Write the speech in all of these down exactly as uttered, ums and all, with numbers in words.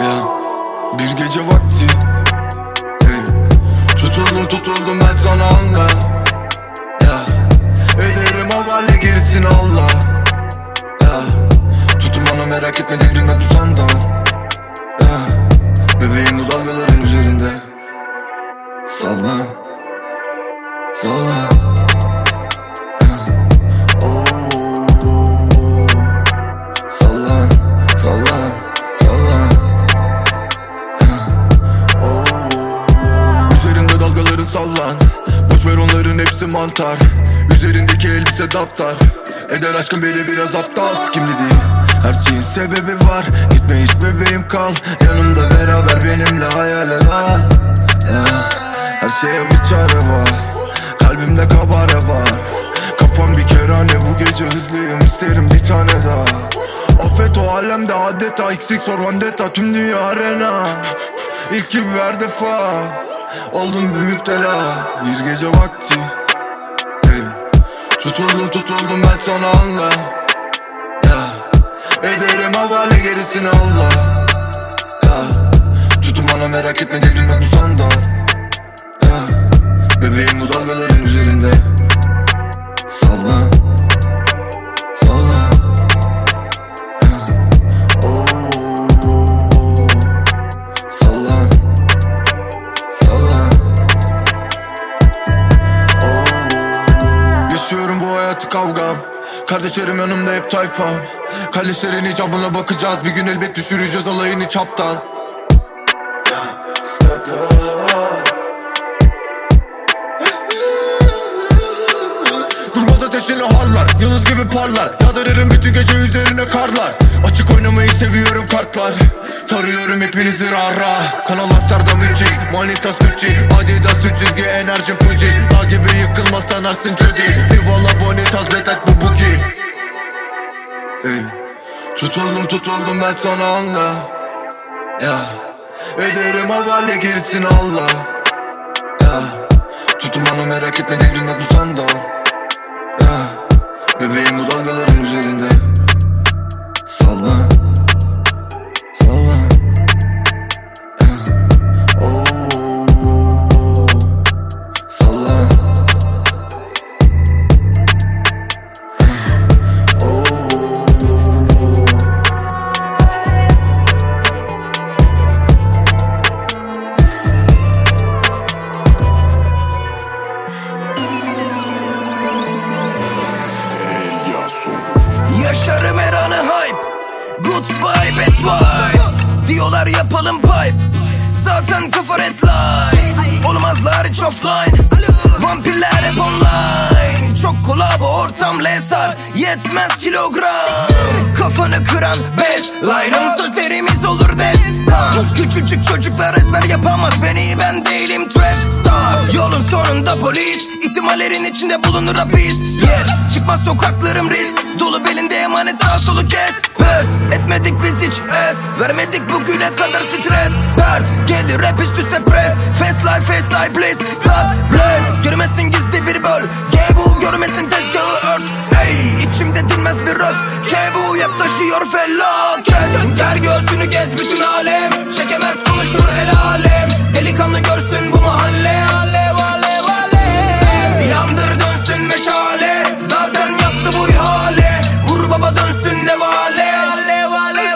Ya bir gece vakti, hey. Tutuldum tutuldum ben sana anla. Ya ederim havale gerisini Allah. Ya tutun bana merak etme devrilme tuzanda. Ya bebeğim bu dalgaların üzerinde. Salla Salla. Sallan, boşver onların hepsi mantar. Üzerindeki elbise daptar. Eder aşkın beni biraz aptal. Kimli değil, her şeyin sebebi var. Gitme hiç bebeğim kal. Yanımda beraber benimle hayal et al. Ya, her şeye bir çare var. Kalbimde kabare var. Kafam bir kerane, bu gece hızlıyım, isterim bir tane daha. Affet o alemde adeta, X X or vendetta, tüm dünya arena. İlk gibi her defa oldum bir müptela. Bir gece vakti, hey. Tutuldum tutuldum ben sana anla. Ya ederim havale gerisini Allah. Ya tutun bana merak etme devrilme bu sandal. Ya bebeğim bu dalgaların üzerinde. Salla Salla. Ya oh, salla Salla. Oh, yaşıyorum bu hayatı kavgam. Kardeşlerim yanımda hep tayfam. Kardeşlerin icabına bakacağız. Bir gün elbet düşüreceğiz olayını çaptan. Durmaz ateşini harlar, yıldız gibi parlar. Yağdırırım bütün gece üzerine karlar. Açık oynamayı seviyorum kartlar. Tarıyorum hepinizi rara. Kanal Aktar'da müthiş, Manitas Gucci, Adidas üç çizgi, enerjim Fuji. Dağ gibi yıkılmaz sanarsın Judy. Rivala Bonitas, Betat bu bugi. Hey. Tutuldum tutuldum ben sana anla. Ya ederim havale gerisini Allah. Ya tutun bana merak etme devrilmez bu sandal. Ya bebeğim bu dalgaların üzerinde. Salla Salla. Ya oh, salla. Ya oh. Yaşarım her anı hype. Goodbye bad boy. Diyorlar yapalım pipe. Zaten kafa redline. Olmazlar hiç offline. Vampirler hep online. Çok kolabo ortam lesar. Yetmez kilogram. Kafanı kıran bassline'ım. Sözlerimiz olur destan. Küçücük çocuklar ezber yapamaz beni, ben değilim trap star. Yolun sonunda polis, ihtimallerin içinde bulunur hapis. Yes, çıkmaz sokaklarım risk. Dolu belinde emanet, sağ solu kes. Pes etmedik biz hiç es. Vermedik bugüne kadar stres. Dert gelir rap üst üste press. Fast life fast life please. God bless. Görmesin gizli bir böl. Gebu görmesin tezgahı ört. Hey, içimde dinmez bir röf. Kebu yaklaşıyor felaket. Ger göğsünü gez bütün alem. Çekemez konuşur el alem. Delikanlı görsün bu mahalle. Alev alev alev. Yandır dönsün meşale. Zaten yaptı bu ihale. Vur baba dönsün ne vale. Alev alev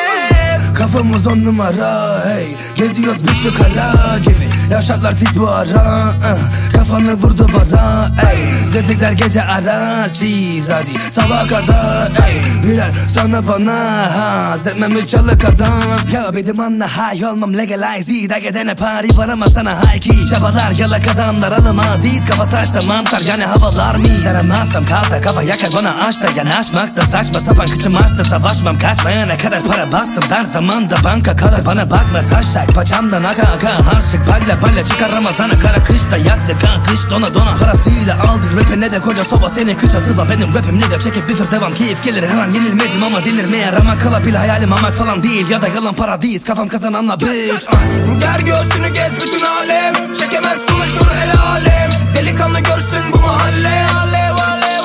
alev. Kafamız on numara hey. Geziyoruz birçok hala gibi. Yavşaklar tik duvara uh. Kafanı vurdu bana ey. Zedikler gece ara cheese hadi sabah kadar ey. Birer sana bana ha. Zetmem üç çalık adam. Ya benim anla high olmam legalize. İyi gidene pari var ama sana high key. Çabalar yalak adamlar alıma diz. Kafa taşta mantar yani havalar mı? Saramazsam kalta kafa yakar bana aç da yanaşmak da saçma sapan kıçım arttı. Savaşmam kaçmaya ne kadar para bastım. Dar zamanda banka kalır bana bakma taşak. Paçamdan aka aka harçlık parla parla çıkar Ramazan'a kara kışta yattı kan kış dona dona. Parasıyla aldık rapine de koca soba senin kıç atıba. Benim rapim nigga çekip bifir devam keyif gelir hemen yenilmedim ama delirmeye ramak kala bil hayalim hamak falan değil ya da yalan paradis kafam kazananla bitch ah. Ger göğsünü gez bütün alem. Çekemez konuşur el alem. Delikanlı görsün bu mahalle. Alev alev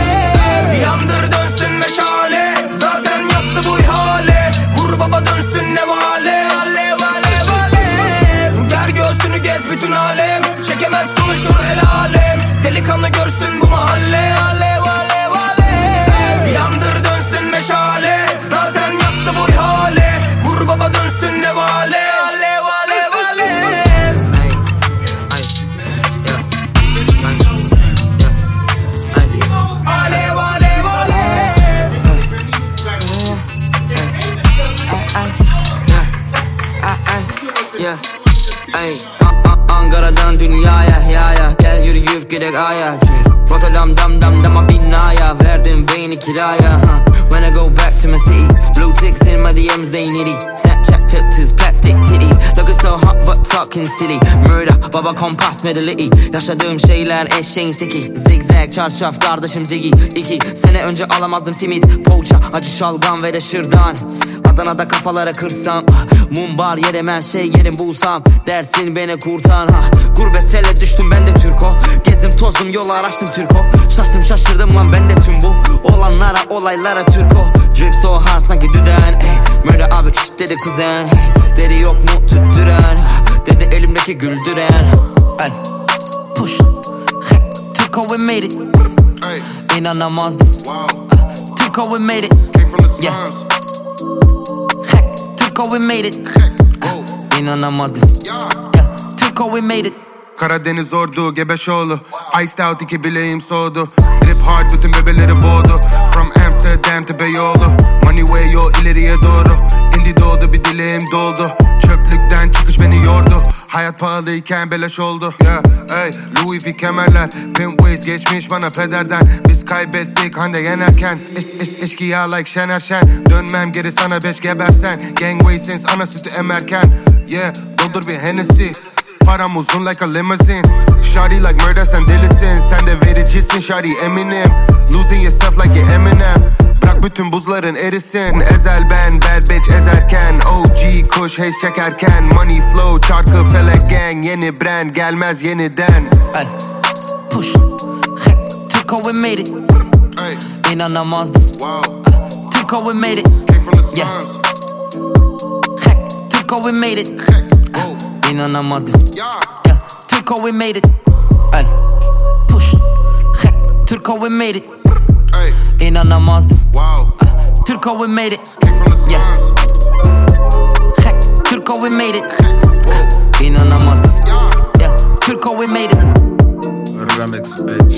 alev. Yandır dönsün meşale. Zaten yaptı bu ihale. Vur baba dönsün ne vale. delikanlı görsün bu mahalle. Alev alev alev, yandır dönsün meşale. Zaten yaptı bu ihale, vur baba dönsün ne vale. Alev alev alev. Alev alev alev. Yeah, ay, Ankara'dan dünyaya ya ya, gel yürüyüp gidek aya. Rotterdam dam dam dama binaya, verdim beyni kiraya. When I go back to my city, blue ticks in my D Ms they nitty. Snapchat filters, plastic titties, looking so hot but talking city. Murder, baba kompas medality. Yaşadığım şeyler eşeğin seki. Zigzag çarşaf kardeşim Ziggy. İki sene önce alamazdım simit, poğaça, acı şalgam ve de şırdan. Adana'da kafalara kırsam, mumbar yerim her şey yerim bulsam. Dersin beni kurtar ha. Gurbet tele düştüm ben de Türko. Gezdim tozdum yolu araştım Türko. Şaştım şaşırdım lan ben de tüm bu olanlara olaylara Türko. Drip so hard sanki düden, ey. Murder abi kişt dedi kuzen, hey. Dedi yok mu tüttüren, dedi elimdeki güldüren. Ay, push, hey. Türko we made it. İnanamazdım. Türko we made it. Yeah. Hey, Türko we made it. İnanamazdım. Yeah. Türko we made it. Karadeniz ordu Gebeşoğlu, iced out iki bileğim soğudu. Drip hard bütün bebeleri boğdu. From Amsterdam to Beyoğlu, money way yol ileriye doğru. Indi doğdu bir dileğim doldu. Çöplükten çıkış beni yordu. Hayat pahalıyken beleş oldu. Yeah, ey, Louis V kemerler, pimp ways geçmiş bana pederden. Biz kaybettik Hande yenerken. Eş, eş, eşkıya like Şener Şen. Dönmem geri sana beş gebersen. Gangway since ana sütü emerken. Yeah, doldur bir Hennessy. Param uzun like a limousine. Shawty like murder sen delisin. Sen de vericisin shawty eminim. Losing yourself like you Eminem. Bırak bütün buzların erisin. Ezel ben bad bitch ezerken. O G kuş haze çekerken. Money flow çarkı felek gang. Yeni brand gelmez yeniden. Ay, push, hey. Türko we made it. İnanamazdım. Türko we made it. Yeah. Hey, Türko we made it. İnanamazdım. Yeah, Türko we made it. Ay, push, hey. Türko we made it. İnanamazdım. Türko we made it. Yeah. Hey, Türko we made it. İnanamazdım. Yeah, Türko we made it. Remix bitch.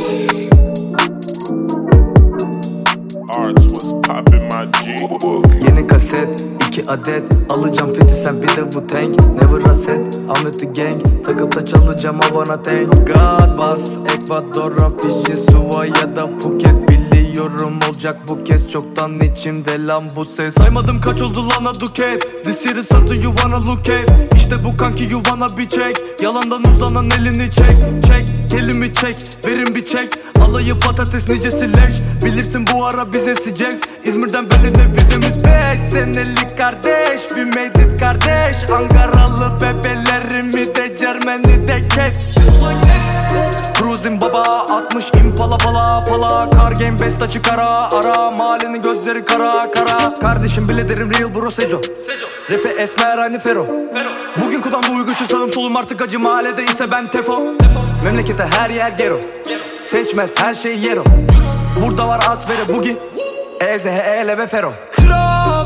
Arts was poppin' my G. Yeni kaset, iki adet. Alacağım feti sen bir de bu tank. Never a set, I'm with the gang. Takıp da çalacağım Havana tank. God bas, Ekvador'a, Fiji, Suva ya da Phuket. Biliyorum olacak bu kez, çoktan içimde lan bu ses. Saymadım kaç oldu lan a duket. This shit is something you wanna look at. İşte bu kanki you wanna be check. Yalandan uzanan elini çek, çek. Elimi çek, verin bir çek. Alayı patates nicesi leş. Bilirsin bu ara bize sıcaks. İzmir'den Berlin'e bizimiz beş senelik kardeş. We made it kardeş. Ankaralı bebelerimi de Cermeni de kes. Cruising baba altmış impala pala pala. Car game besta çıkara ara. Mahallenin gözleri kara kara. Kardeşim bile derim real bro Seco. Rap'e esmer aynı Fero. Bugün kulağımda uyguçu sağım solum artık acı. Mahallede ise ben tefo. Memlekete her yer gero. Seçmez her şey yero. Burada var asfere bugün. Eze hele ve Fero. Krom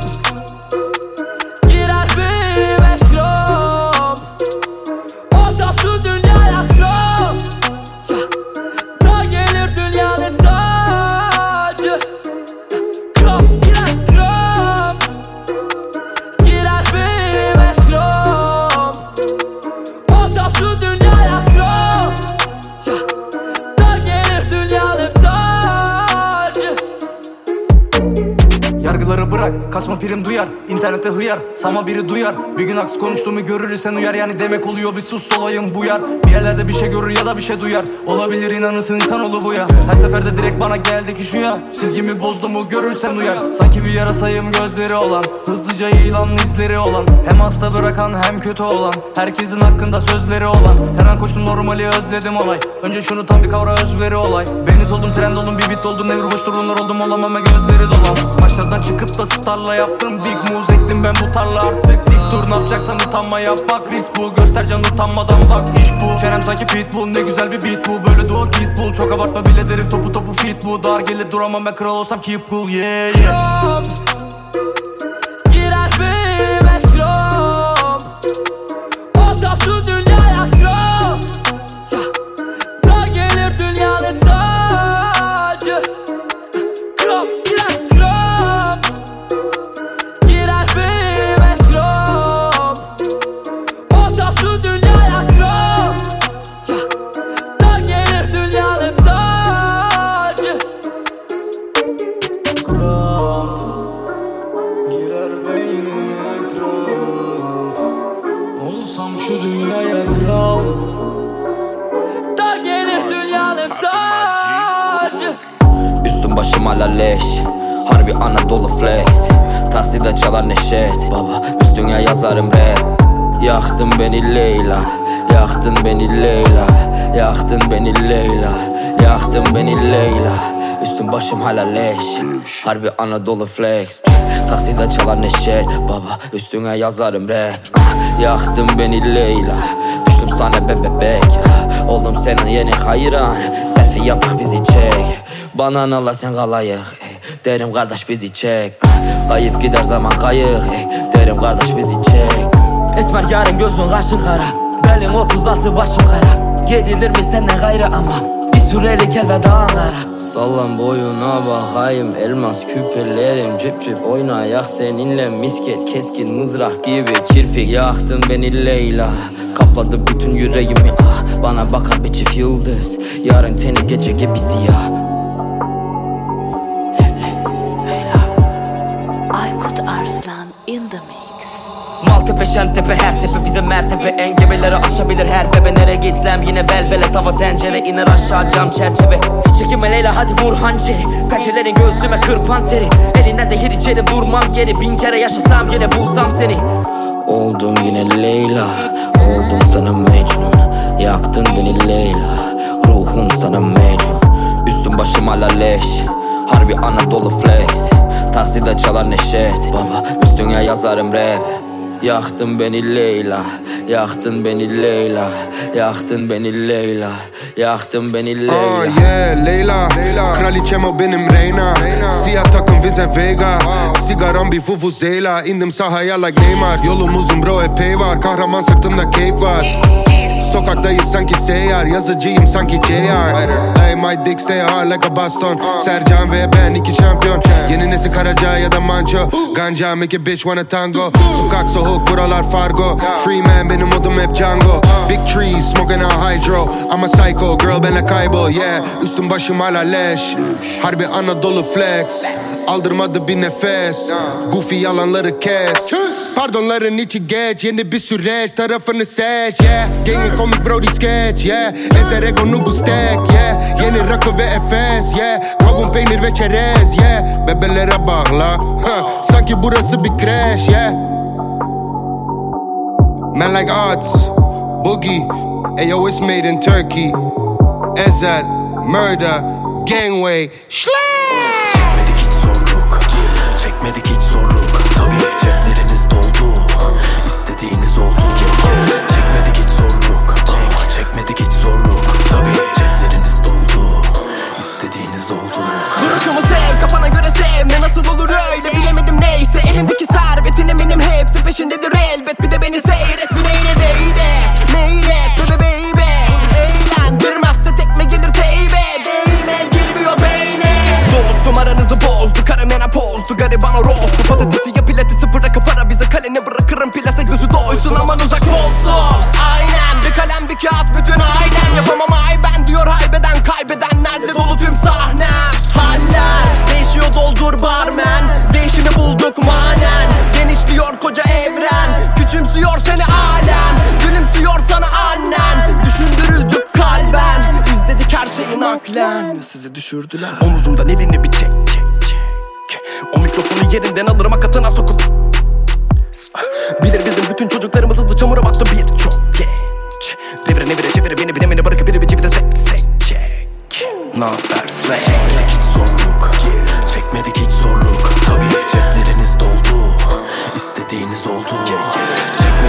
girer bir ve krom. O safsın dünyaya krom. Ta gelir dünyanın tacı. Krom girer krom. Girer bir ve krom. O safsın dünyaya krom. Ta gelir dünyanın tacı. Yargıları bırak, kasma prim duyar. İnternete hıyar, sama biri duyar. Bir gün aks konuştuğumu görürsen uyar. Yani demek oluyor bir sus olayım bu yar. Bir yerlerde bir şey görür ya da bir şey duyar. Olabilir inanırsın insanoğlu bu ya. Her seferde direkt bana geldi ki şu ya. Çizgimi bozdu mu görürsen uyar. Sanki bir yarasayım gözleri olan. Hızlıca yayılan izleri olan. Hem hasta bırakan hem kötü olan. Herkesin hakkında sözleri olan. Her an koştum normali özledim olay. Önce şunu tam bir kavra özveri olay. Beniz oldum trend oldum bir bit oldum. Nevri boş durumlar oldum olamama gözleri dolan. Başlardan çıkıp da starla yaptım. Big moves ektim ben bu tarla artık. Dik turna Yapacaksan utanma yap bak, risk bu. Göstercan utanmadan bak, iş bu. Çenem sanki pitbull, ne güzel bir beat bu. Böyle duo git bul, çok abartma bile derim. Topu topu fit bu. Dar gelir duramam, ben kral olsam keep cool, yeah yeah. Krop girer benim krop. O saplı dünyaya krop. Dar gelir dünyanın tacı. Krop girer krop. Girer benim krop. O saplı dünyaya krop. Dar gelir dünyanın tacı. Krop girer beynime krop. Olsam şu dünyaya kral. Dar gelir dünyanın tacı. Üstüm başım hala leş, harbi Anadolu flex. Takside çalar neşet, baba üstüne yazarım rap. Yaktın beni Leyla, yaktın beni Leyla, yaktın beni Leyla, yaktın beni Leyla. Üstüm başım hala leş, harbi Anadolu flex. Takside çalar neşet, baba üstüne yazarım rap. Yaktın beni Leyla, düştüm sana bebek. Oldum senin yeni hayran, selfie yapak bizi çek. Bananalar sen kalayık, derim kardeş bizi çek. Kayıp gider zaman kayık, derim kardeş bizi çek. Esmer yarın gözün kaşın kara, belin otuz altı başım kara. Gidilir mi senden gayrı ama bir sürelik elveda Ankara. Sallan boyuna bakayım, elmas küpelerim cip cip oynayak seninle. Misket keskin mızrak gibi kirpik. Yaktın beni Leyla, kapladı bütün yüreğimi ah. Bana bakar bir çift yıldız, yarın teni gece gibi siyah. Aykut Arslan in the mix. Maltepe, Şentepe, her tepe bize mertebe. Engebeleri aşabilir her bebe. Nereye gitsem yine velvele. Tava tencere iner aşağı cam çerçeve. Çekinme Leyla hadi vur hançeri. Pençelerin göğsüme kırpan teri. Elinden zehir içerim durmam geri. Bin kere yaşasam yine bulsam seni. Oldum yine Leyla, oldum sana Mecnun. Yaktın beni Leyla, ruhum sana Mecnun. Üstüm başım hala leş, harbi Anadolu flex. Takside çalar neşet, baba üstüne yazarım rap. Yaktın beni Leyla, yaktın beni Leyla, yaktın beni Leyla, yaktın beni Leyla. Ah uh, yeah Leyla, Leyla. Kraliçem o benim Reyna, Reyna. Siyah takım vize Vega, wow. Sigaram bir vuvuzela. İndim sahaya like Neymar. Yolum uzun bro epey var, kahraman sırtımda cape var. Sokaktayız sanki seyyar, yazıcıyım sanki J R. Hey my dick stay hard like a baston. Sercan ve ben iki şampiyon. Yeni nesil Karaca ya da Manço. Ganja make a bitch wanna tango. Sokak soğuk buralar Fargo. Free man benim modum hep Django. Big trees smoking on hydro. I'm a psycho girl benle kaybol yeah. Üstüm başım hala leş, harbi Anadolu flex. Aldırmadı bir nefes, goofy yalanları kes. Pardonların içi geç, yeni bir süreç, tarafını seç yeah. Gangin komik brody sketch yeah. Ezer egonu bu stack yeah. Yeni rakı ve Efes yeah. Kavun peynir ve çerez yeah. Bebelere bağla huh. Sanki burası bir crash yeah. Man like odds, boogie. Ayo it's made in Turkey. Ezel, murder, gangway, slash. Çekmedik hiç zorluk, çekmedik hiç zorluk. Tabii cepleriniz doldu, istediğiniz oldu. Çekmedik hiç zorluk, çekmedik hiç zorluk. Tabii cepleriniz doldu, istediğiniz oldu. Duruşumu sev, kafana göre sev. Ne nasıl olur öyle bilemedim neyse. Elindeki servetin eminim hepsi peşindedir elbet. Bir de beni seyret, bir neyle değde. Meylet, bebe baby. Eğlendirmezse tekme gelir teybe. Değme, girmiyor beyne. Dostum aranızı bozdu, karım yana pozdu. Gariban o rostu, patatesi ya pilatesi bırakıp para bize. Kaleni bırakırım plase gözü doysun aman uzak olsun. Aynen, bir kalem bir kağıt bütün ailem. Yapamam ay ben diyor haybeden kaybedenlerde dolu tüm sahnem. Haller değişiyor doldur barmen. Değişimi bulduk manen. Genişliyor koca evren. Küçümsüyor seni alem. Gülümsüyor sana annen. Düşündürüldük kalben. İzledik her şeyi naklen. Sizi düşürdüler. Omuzumdan elini bir çek çek çek. O mikrofonu yerinden alırım akatına sokup. Bilir bizim bütün çocuklarımız hızlı çamura battı birçok genç. Devre nevire çevire beni bilemeni bırakıp biri bir çivide sek sek çek. Naber slash. Çekmedik hiç zorluk, çekmedik hiç zorluk. Tabii cepleriniz doldu, istediğiniz oldu. Çekmedik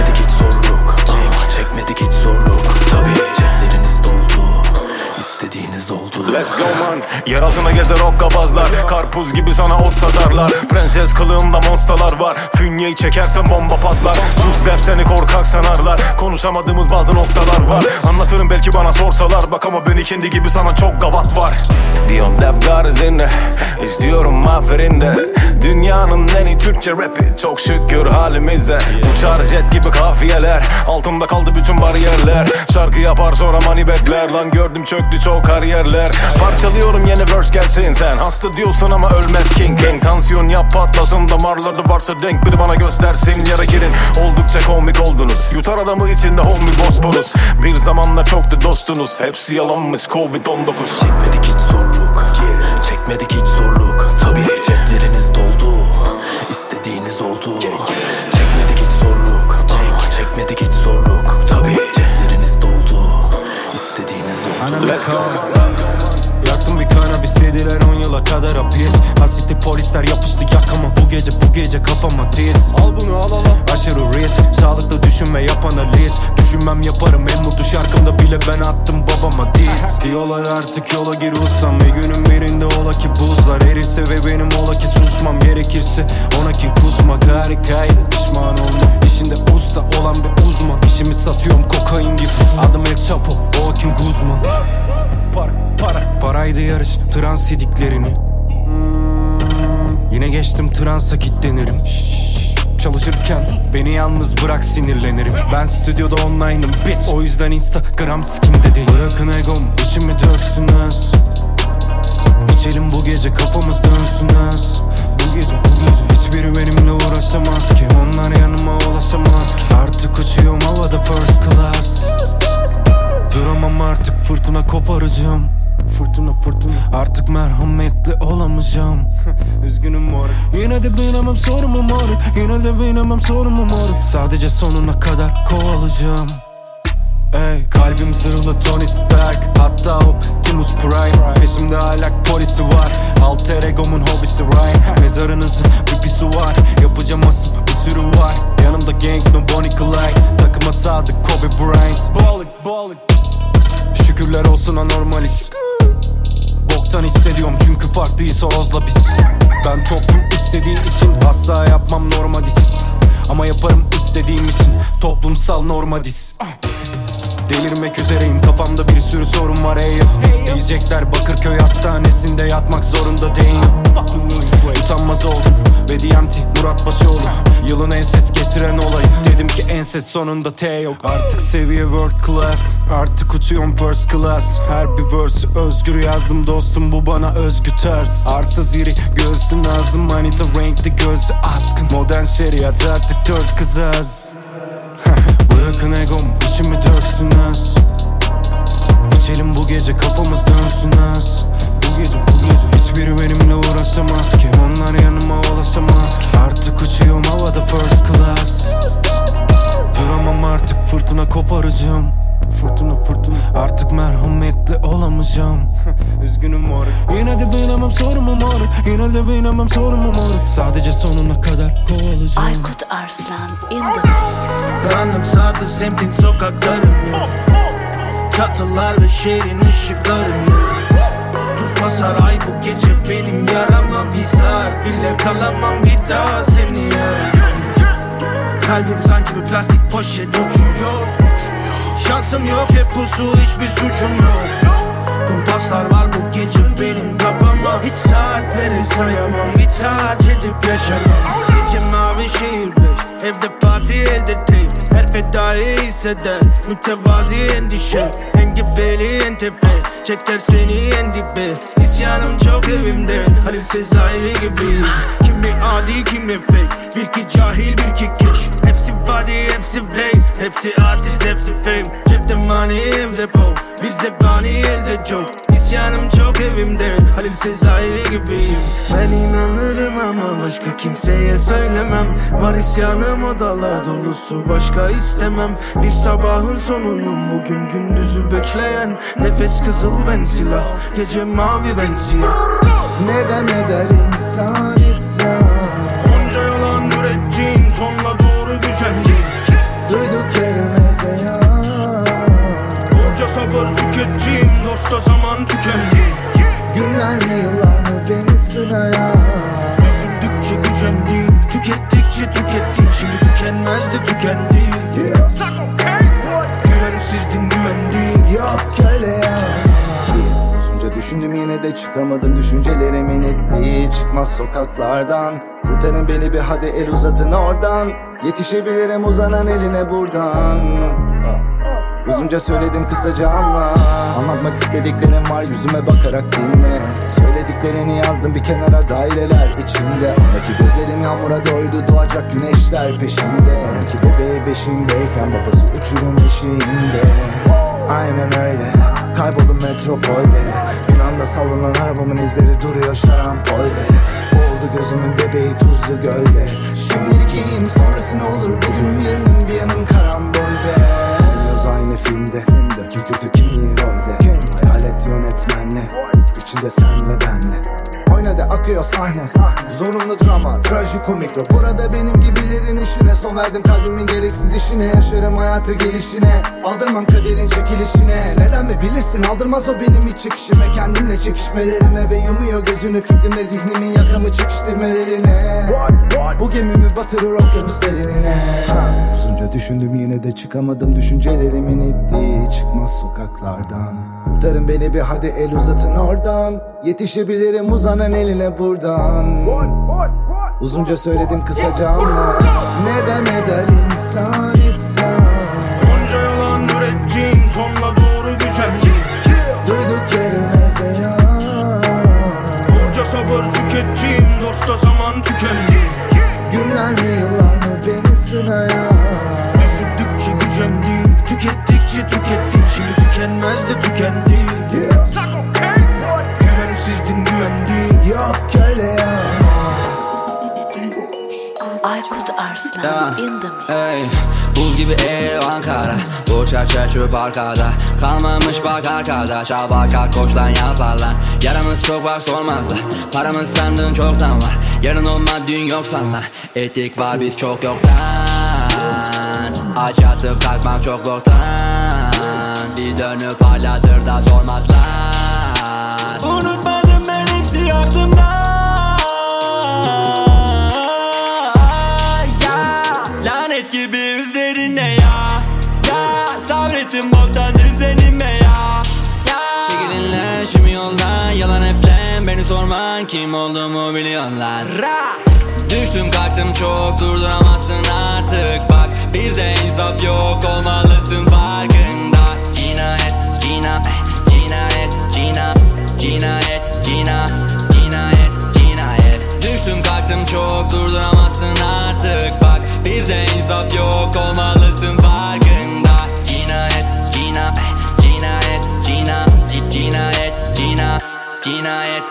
Let's go man. Yer altına gezer okkabazlar, karpuz gibi sana ot satarlar. Prenses kılığında monstalar var, fünyeyi çekersen bomba patlar. Sus der seni korkak sanarlar, konuşamadığımız bazı noktalar var. Anlatırım belki bana sorsalar, bak ama beni kendi gibi sana çok gavat var. Diyorum laflar izinde, istiyorum aferin de. Dünyanın en iyi Türkçe rapi, çok şükür halimize. Uçar jet gibi kafiyeler, altımda kaldı bütün bariyerler. Şarkı yapar sonra money backler, lan gördüm çöktü çok kariyerler. Parçalıyorum yeni verse gelsin, sen hasta diyorsun ama ölmez king king. Tansiyon yap patlasın, damarlarda varsa denk biri bana göstersin. Yara girin, oldukça komik oldunuz. Yutar adamı içinde homie bosporus. Bir zamanlar çoktu dostunuz, hepsi yalanmış covid on dokuz. Çekmedik hiç zorluk, çekmedik hiç zorluk. Tabii cepleriniz doldu, istediğiniz oldu. Çekmedik hiç zorluk, çekmedik hiç zorluk. Tabii cepleriniz doldu, istediğiniz oldu. Let's go. Yaktım bir kanabis, yediler on yıla kadar hapis. Hasittir polisler yapıştı yakama, bu gece bu gece kafama tiz. Al bunu al al al. Aşırı risk, sağlıklı düşünme yap analiz. Düşünmem yaparım, en mutlu şarkımda bile ben attım babama diz. Diyorlar artık yola gir usam, bir günün birinde ola ki buzlar erirse ve benim ola ki susmam. Gerekirse ona kin kusmak harikaydı, pişman olma. İşinde usta olan bir uzman, işimi satıyorum kokain gibi. Adım El Chapo, o kim Guzman. Para, para, paraydı yarış, trans sidiklerini. hmm, Yine geçtim transa kilitlenirim. Çalışırken beni yalnız bırak sinirlenirim. Ben stüdyoda online'ım bitch, o yüzden Instagram skimde değil. Bırakın egom içimi döksünüz, İçelim bu gece kafamız dönsünüz. Bu gece bu gece hiçbiri benimle uğraşamaz ki, onlar yanıma ulaşamaz ki. Artık uçuyorum havada first class, duramam artık fırtına koparacağım. Fırtına fırtına artık merhametli olamayacağım. Üzgünüm moruk, yine de bilemem sorumu moruk. Yine de bilemem sorumu moruk. Sadece sonuna kadar kovalayacağım. Ey, kalbim zırhlı Tony Stark, hatta Optimus Prime. Peşimde hala polisi var, alter egomun hobisi rhyme. Mezarınızın bir pisi var, yapacağım asım bir sürü var. Yanımda gang no Bonnie Clyde, takıma sadık Kobe Bryant. Balık balık, şükürler olsun anormaliz. Boktan hissediyorum çünkü farklıyız horozla biz. Ben toplum istediği için asla yapmam normadis, ama yaparım istediğim için toplumsal normadis. Delirmek üzereyim, kafamda bir sürü sorun var ey. Diyecekler Bakırköy hastanesinde yatmak zorunda değilim. Utanmaz oldum ve D M T Murat Başoğlu, yılın en ses getiren olayı. Dedim ki en ses sonunda T yok. Artık seviye world class, artık uçuyorum first class. Her bir verse özgür yazdım dostum, bu bana özgü ters. Arsız iri göğsün ağzım, manita renkli gözü askın. Modern şeriat artık dört kız az. Bırakın egom içimi döksünüz, İçelim bu gece kafamız dönsünüz. Bu gece bu gece hiçbiri benimle uğraşamaz ki, onlar yanıma ulaşamaz ki. Artık uçuyorum havada first class, duramam artık fırtına koparacağım. Fırtına fırtına artık merhametli olamayacağım. Üzgünüm moruk, yine de bilemem sorumu moruk. Yine de bilemem sorumu moruk. Sadece sonuna kadar kovalayacağım. Aykut Arslan in the mix. Karanlık sardı semtin sokaklarını, çatılar ve şehrin ışıklarını. Tuz basar ay bu gece benim yarama, bir saat bile kalamam bir daha seni yarayım. Kalbim sanki bir plastik poşet uçuyor. Şansım yok hep pusu, hiçbir suçum yok. Kumpaslar var bu gece benim kafama, hiç saatleri sayamam, itaat edip yaşamam. Gece mavi şehir beş, evde parti elde değil. Her fedai hisseder, mütevazi endişe. Engebeli en tepe, çeker seni en dibe. İsyanım çok evimde, Halil Sezai gibi. Kimi adi kimi fake, bir ki cahil bir ki keş. Hepsi body, hepsi blame, hepsi artist, hepsi fame. Cepte money, evde bol, bir zebani elde joke. İsyanım çok evimde, Halil Sezai gibiyim. Ben inanırım ama başka kimseye söylemem. Var isyanım odalar dolusu, başka istemem. Bir sabahın sonuyum bugün, gündüzü bekleyen. Nefes kızıl ben silah, gece mavi ben siyah. Neden eder insan isyan? Onca yalan ürettiğin, sonuna doğru gücendiğin. Duyduklarımıza ya. Bunca sabır tükettiğim, dosta zaman tükendi. düşündüm yine de çıkamadım. Düşüncelerimin ettiği çıkmaz sokaklardan. Kurtarın beni bir, hadi el uzatın oradan. Yetişebilirim uzanan eline buradan. Uzunca söyledim, kısaca anla. Anlatmak istediklerim var, yüzüme bakarak dinle. Söylediklerini yazdım bir kenara, daireler içinde. Ondaki gözlerim yağmura doydu, doğacak güneşler peşinde. Sanki bebeği beşiğindeyken babası uçurum eşiğinde. Aynen öyle, kayboldum metropolde. İnanda savrulan arabamın izleri duruyor şarampolde. Oldu gözümün bebeği tuzlu gölde. Şimdilik iyiyim, sonrası ne olur bugün yarın bir yanım karambolde. Aynı filmde, filmde kim kötü kim iyi rolde. Hayalet yönetmenle, içinde sen ve benle. Oynadı akıyor sahne, zorunlu drama, trajikomik. Burada benim gibilerin işine son verdim, kalbimin gereksiz işine. Yaşarım hayatı gelişine, aldırmam kaderin çekilişine. Neden mi bilirsin, aldırmaz o benim hiç çekişime. Kendimle çekişmelerime ve yumuyor gözünü fikrimle zihnimin yakamı çekiştirmelerine. Bu gemimi batırır okyanus derinine. Uzunca düşündüm yine de çıkamadım. Düşüncelerimin ittiği çıkmaz sokaklardan. Kurtarın beni bir, hadi el uzatın oradan. Yetişebilirim uzanan eline buradan. Uzunca söyledim, kısaca anla. Neden eder insan isyan? Onca yalan ürettiğin sonla doğru gücendim. Duyduk yerime zeyan. Onca sabır tükettiğim dosta zaman tükendi. Günler mi yıllar mı beni sınaya? Düşündükçe gücendim, tükettikçe tükettim. Şimdi tükenmez de tükendi. Yeah. Güvensizdin, güvendi. Yok öyle ya. Aykut Arslan yeah. In the mix. Hey, buz gibi ev Ankara, bu çerçe çöp arkada. Kalmamış bak arkadaş, al bak kalk koş lan yaparlar. Yaramız çok var sormazlar, paramız sandığın çoktan var. Yarın olmaz dün yok sanla, ettik var biz çok yoktan. Aç yatıp kalkmak çok boktan. Bir dönüp haladır da sormazlar. Unutmadım ben hepsi aklımda. Ya lanet gibi üzerine ya. Ya sabrettim boktan düzenime ya. Ya çekilinle şimdi yoldan, yalan hep beni sorman, kim olduğumu biliyorlar. Düştüm kalktım çok, durduramazsın artık. Bak bizde insaf yok, olmalısın farkında. Cinayet, cinayet, cinayet, cinayet, cinayet, cinayet, cinayet, cinayet. Düştüm kalktım çok, durduramazsın artık. Bak bizde insaf yok, olmalısın farkında. Cinayet, cinayet, cinayet, cinayet, cinayet, cinayet, cinayet,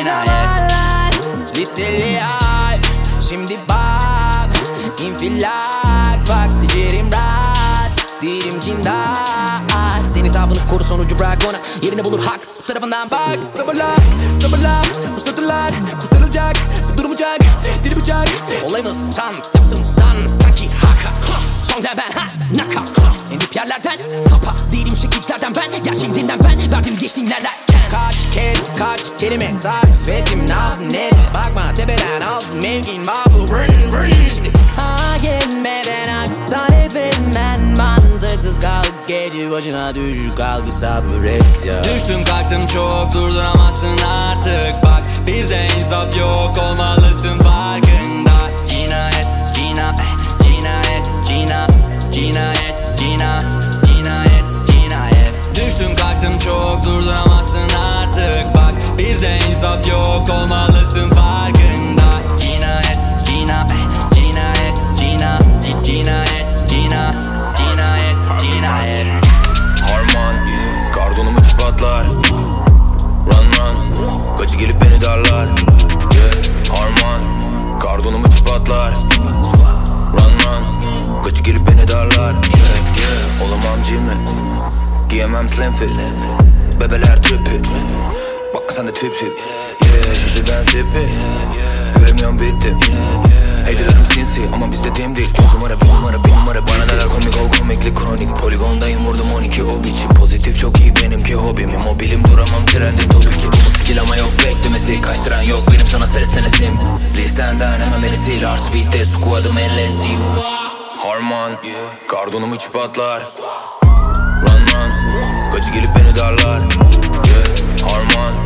cinayet. Liseli ay, şimdi bak, infilak, bak dicerim rahat, dilim cindat. Seni safını koru, sonucu bırak ona, yerini bulur hak, bu tarafından bak. Sabırla, sabırla, ustadılar, kurtarılacak, bu durmayacak, diri bıçak. Olayımız trans, yaptım dans, sanki haka. Sonda ben, ha, naka. Endip yerlerden, tapa, değilim şekillerden ben. Gerçeğimden ben, verdim geçtiğimlerle. Kaç kez kaç kelime sarf ettim, ne yapayım ne de. Bakma tepeden aldım mevkin babu vrın vrın. Şimdi ha gelmeden hak talep etmen. Mantıksız kalk gece başına düşük, kalk bir sabret ya. Düştüm kalktım çok, durduramazsın artık. Bak bizde insaf yok, olmalısın farkında. Cinayet, cinayet, cinayet, cinayet, cinayet, cinayet, cinayet, cinayet. Düştüm kalktım çok, durduramazsın artık. Bak bizde insaf yok, olmalısın farkında. Cinayet, cinayet, cinayet, cinayet, cinayet, cinayet, cinayet, cinayet. Harman, kardonumu çıpatlar. Run run, kaçı gelip beni darlar. Yeah, Harman, kardonumu çıpatlar. Run run, kaçı gelip beni darlar. Yeah, yeah, olamam Jimmy, giyemem slim fit. Bebeler tripi, bakma sen de tip tip. Yeah, şişeden sipi, göremiyorum bitti. Heydilerim sinsi ama bizde dem değil. Yüz numara bir numara bir numara. Bana neler komik ol komiklik kronik. Poligondayım vurdum on iki o biçim. Pozitif çok iyi benimki hobim. Mobilim duramam trendim tabii ki. Bu skill ama yok beklemesi. Kaçtıran yok benim sana seslenesim. Listenden hemen beni sil. Art beat'te squad'ım ellezi. Harman, kardonumu çıpatlar. Run run, kaçı gelip beni darlar. Yeah, Harman,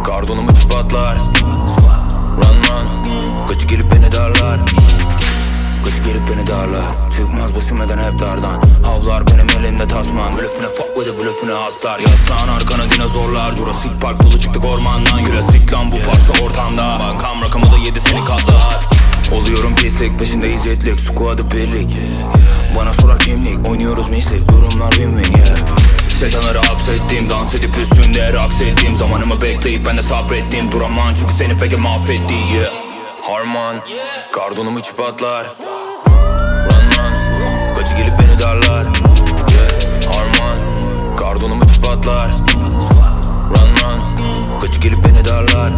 Kardonumu çıpatlar. Run run. Kaçı gelip beni darlar. Kaçı gelip beni darlar. Çıkmaz başımdan hep dardan. Havlar benim elimde tasman. Blöfüne fuck with it, blöfüne aslar. Yaslan arkana dinozorlar. Jurassic Park dolu çıktık ormandan. Jurassic lan bu parça ortamda. Bankam rakamı da yedi seni katlar. Oluyorum pislik, peşindeyiz etlik. Squad'ı birlik. Bana sorar kimlik, oynuyoruz mislik. Durumlar win-win yeah. Şeytanları hapsettim, dans edip üstünde raks ettim. Zamanımı bekleyip ben de sabrettim. Duramam çünkü seni peki mahvetti yeah. Harman, kardonumu çıpatlar. Run run, kaçı gelip beni darlar yeah. Harman, kardonumu çıpatlar. Run run, kaçı gelip beni darlar.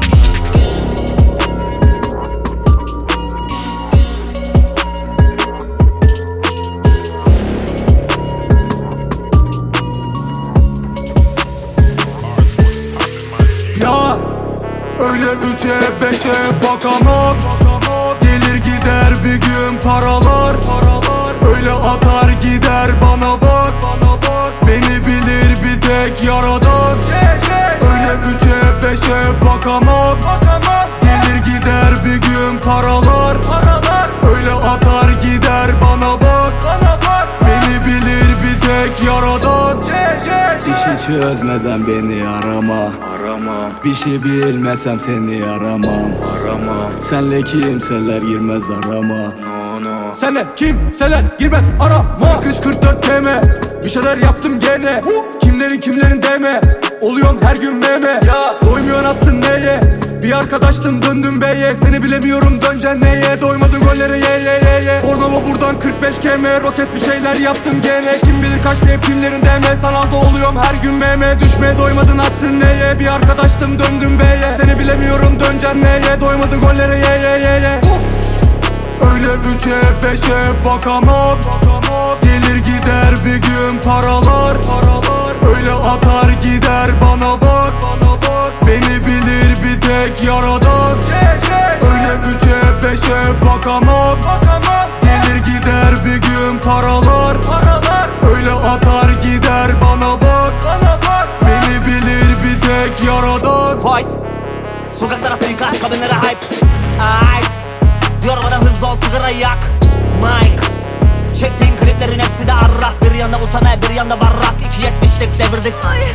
Ya öyle üçe beşe bakamam. Gelir gider bir gün paralar. Öyle atar gider bana bak. Beni bilir bir tek yaradan. Öyle üçe beşe bakamam. Gelir gider bir gün paralar. Öyle atar gider bana bak. Beni bilir bir tek yaradan. İşi çözmeden beni arama. Aramam. Bir şey bilmesem seni aramam. Aramam. Senle kimseler girmez arama. No no. Senle kimseler girmez arama. Güç kırk dört T M. Bir şeyler yaptım gene. Kimlerin kimlerin deme. Oluyorum her gün meme ya. Doymuyor aslında neye. Bir arkadaştım döndüm beye. Seni bilemiyorum döneceksin neye. Doymadın gollere ye ye ye ye. Ornova buradan kırk beş km. Roket bir şeyler yaptım gene. Kim bilir kaç meyip kimlerin deme. Sanalda oluyorum her gün meme. Düşmeye doymadın aslında neye. Bir arkadaştım döndüm beye. Seni bilemiyorum döneceksin neye. Doymadın gollere ye ye ye ye. Öyle üçe beşe bakamam. Gelir gider bir gün paralar. Öyle atar gider bana bak. Beni bilir bir tek yaradan. Öyle üçe beşe bakamam. Gelir gider bir gün paralar. Öyle atar gider bana bak. Beni bilir bir tek yaradan. Vay. Sokaklara suikast, kabinlere hype. Ait. Diyor bana hızlı ol sigara yak. Mike. Çektiğin kliplerin hepsi de arrak. Bir yanda Usame bir yanda Barrak. iki yetmişlik devirdik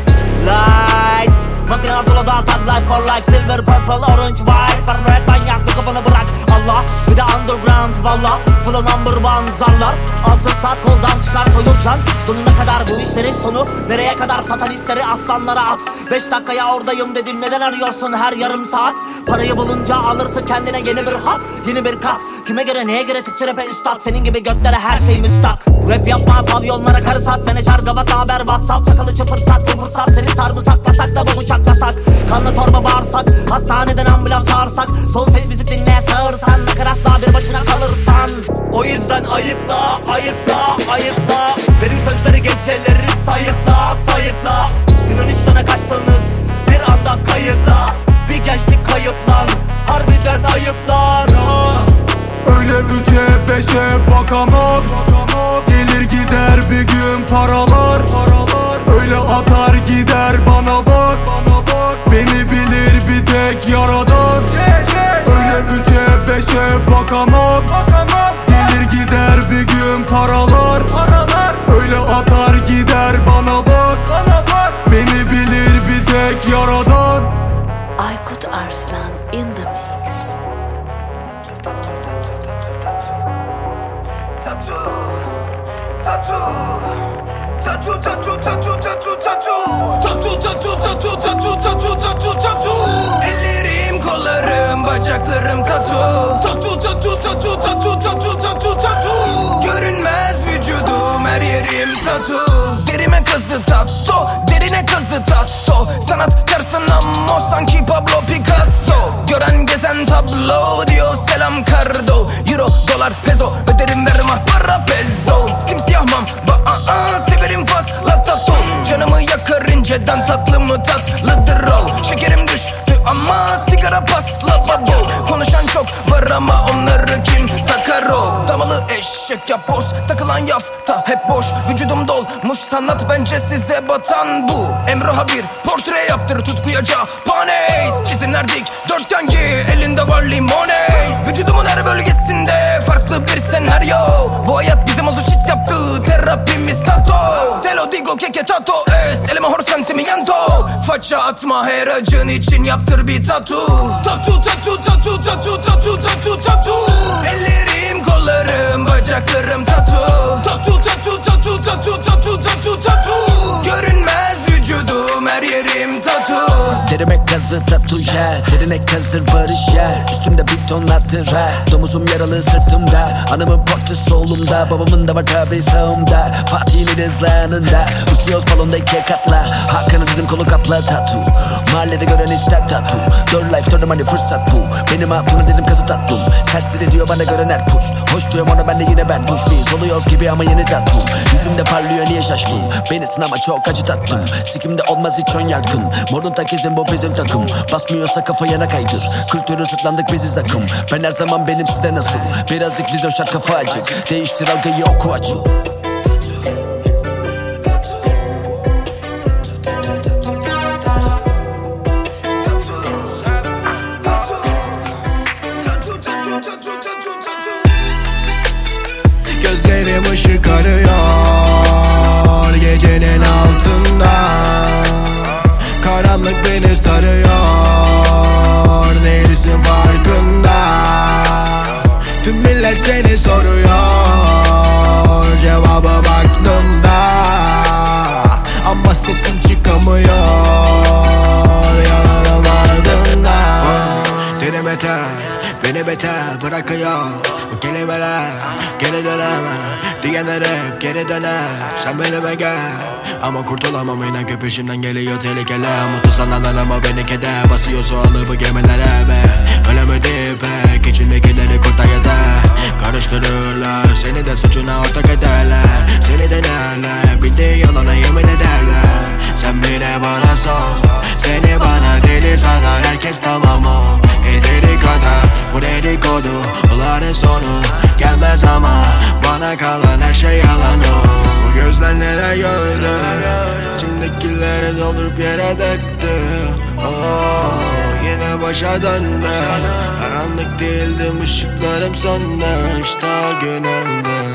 Light. Makine hazır o da tag life for life. Silver, purple, orange, white. Bar red manyak bu kafanı bırak. Allah bir de underground valla. Flow number one zarlar. Altı saat koldan çıkar soyulcan. Sonuna kadar bu işlerin sonu. Nereye kadar satanistleri aslanlara at. Beş dakikaya oradayım dedim neden arıyorsun her yarım saat. Parayı bulunca alırsın kendine yeni bir hat. Yeni bir kat. Kime göre neye göre Türkçe rap'e üstad. Senin gibi götlere her şey müstak. Rap yapma pavyonlara karı sat. Menajer gavat haber whatsapp. Çakalı çıpır sat bu fırsat. Seni sarı saklasak da bu bıçak yasak. Kanlı torba bağırsak. Hastaneden ambulans çağırsak. Son ses müzik dinleye sağırsan. Nakaratla bir başına kalırsan. O yüzden ayıkla ayıkla ayıkla. Benim sözleri geceleri sayıkla sayıkla. Yunanistan'a kaçtınız bir anda kayıtla. Bir gençlik kayıplan. Harbiden ayıplar. Öyle üçe beşe bakamam. Gelir gider bir gün paralar. Öyle atar gider bana bak. Beni bilir bir tek yaradan. Öyle üçe beşe bakamam. Gelir gider bir gün paralar. Öyle atar gider bana bak. Beni bilir bir tek yaradan. Aykut Arslan in the mix. Tattoo, tattoo, tattoo, tattoo, tattoo, tattoo, tattoo, tattoo, tattoo, tattoo, tattoo, tattoo, tattoo, tattoo. Ellerim, kollarım, bacaklarım tattoo. Tattoo, tattoo, tattoo, tattoo, tattoo, tattoo, tattoo. Görünmez vücudum, her yerim tattoo. Derime kazı tattoo, derine kazı tattoo. Sanat karşısına sanki Pablo Picasso. Gören gezen tablo diyor selam kardo. Euro, dolar, peso, öderim vermem para peso. Simsiyah mamba, aa, severim fazla tattoo. Canımı yakar inceden tatlı mı tatlıdır o. Şekerim düştü ama sigara pasla babo. Konuşan çok var ama onları kim takar o. Damalı eşek çek yap boz. Takılan yafta hep boş, vücudum dolmuş sanat, bence size batan bu. Emrah'a bir portre yaptır, tutkuya Japanes. Çizimler dik dörtgen gi, elinde var limones. Vücudumun her bölgesinde farklı bir senaryo. Bu hayat bize mazoşist yaptı, terapimiz tato. Telo digo keke tato es, elime hor sentimiento. Faça atma her acın için yaptır bir tatu. Tatu tatu tatu tatu tatu tatu tatu. Ellerim kollarım bacaklarım tatu. Tatu tatu tatu tatu tatu tatu tatu. Görünmez vücudum her yerim tatu. Derime kazı tatu ya, derine kazır barış ya. Üstümde bir ton hatıra, domuzum yaralı sırtımda. Anamın portresi solumda, babamın da var tabi sağımda. Fatih'in hızlanında, uçuyoruz balonda iki katla. Hakan'ı dedim kolu kapla tatu. Mahallede gören ister tatu. Dör life dördüm hani fırsat bu. Benim hatunu dedim kazı tatlım. Serseri diyor bana gören her puş. Hoş diyorum ona ben de yine ben push. Biz oluyoruz gibi ama yeni tatlım. Yüzümde parlıyor niye şaştım. Beni sınama çok acı tattım. Sikimde olmaz hiç ön yargım. Morun takizim bu bizim takım. Basmıyorsa kafa yana kaydır. Kültürü sırtlandık biziz akım. Ben her zaman benim sizde nasıl. Birazcık vizyon şart kafa acık. Değiştir algıyı oku açı. Gözlerim ışık arıyor gecenin altında. Karanlık beni sarıyor, değilsin farkında. Tüm millet seni soruyor, cevabım aklımda. Ama sesim çıkamıyor, yalanım ardında. Derim yeter, beni beter bırakıyor bu kelimeler. Geri dönemem diyenler hep geri döner. Sen benime gel ama kurtulamam, inan ki peşimden geliyor tehlikeler. Mutlu sanarlar ama beni keder basıyor sualı bu gemilere be. Ölemedi pek içindekileri kurtar yeter. Karıştırırlar seni de suçuna ortak ederler. Seni denerler bildiği yalana yemin ederler. Sen bile bana sor, seni bana deli sanar. Herkes tamam o ederi kadar bu dedikodu. Oların sonu gelmez ama bana kalan her şey yalan o. Bu gözler neler gördü, içimdekileri doldurup yere döktü. Oh, yine başa döndü. Karanlık değildim, ışıklarım söndü. İşte o gün öldü.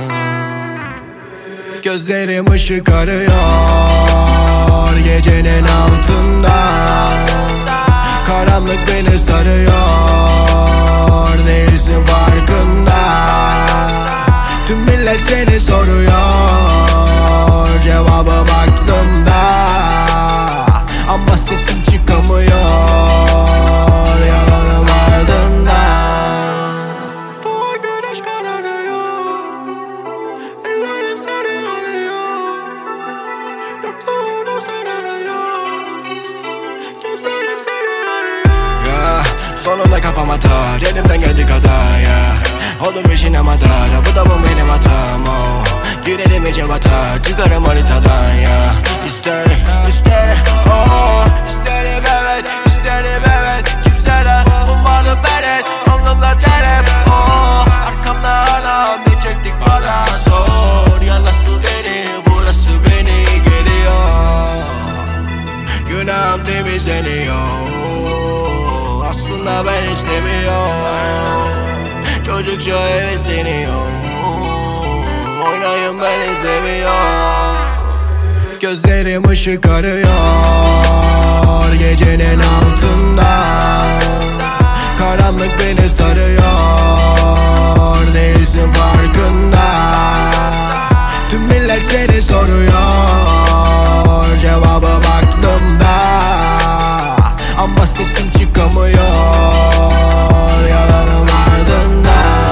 Gözlerim ışık arıyor gecenin altında. Karanlık beni sarıyor, değilsin farkında. Tüm millet seni soruyor, cevabım aklımda. Ama sesim çıkamıyor, yalanım ardında. Doğar güneş kararıyor, ellerim seni arıyor. Yokluğunu sararıyor, gözlerim seni arıyor. Yeah, sonunda kafam atar, elimden geldiği kadar yeah. Oldum işine madara, bu da bu benim hatam oh. Girerim iyice batar, çıkarım haritadan ya. İsterim, isterim, oh. İsterim evet, isterim evet. Kimseden ummadım beret, alnımda terep oh. Arkamda anam ne çektik bana zor. Ya nasıl deli, burası beni geliyor. Günahım temizleniyor, aslında ben istemiyorum. Çocukça hevesleniyorum, oynayın ben izlemiyorum. Gözlerim ışık arıyor gecenin altında. Karanlık beni sarıyor, değilsin farkında. Tüm millet seni soruyor, cevabım aklımda. Ama sesim çıkamıyor, yalanım ardında.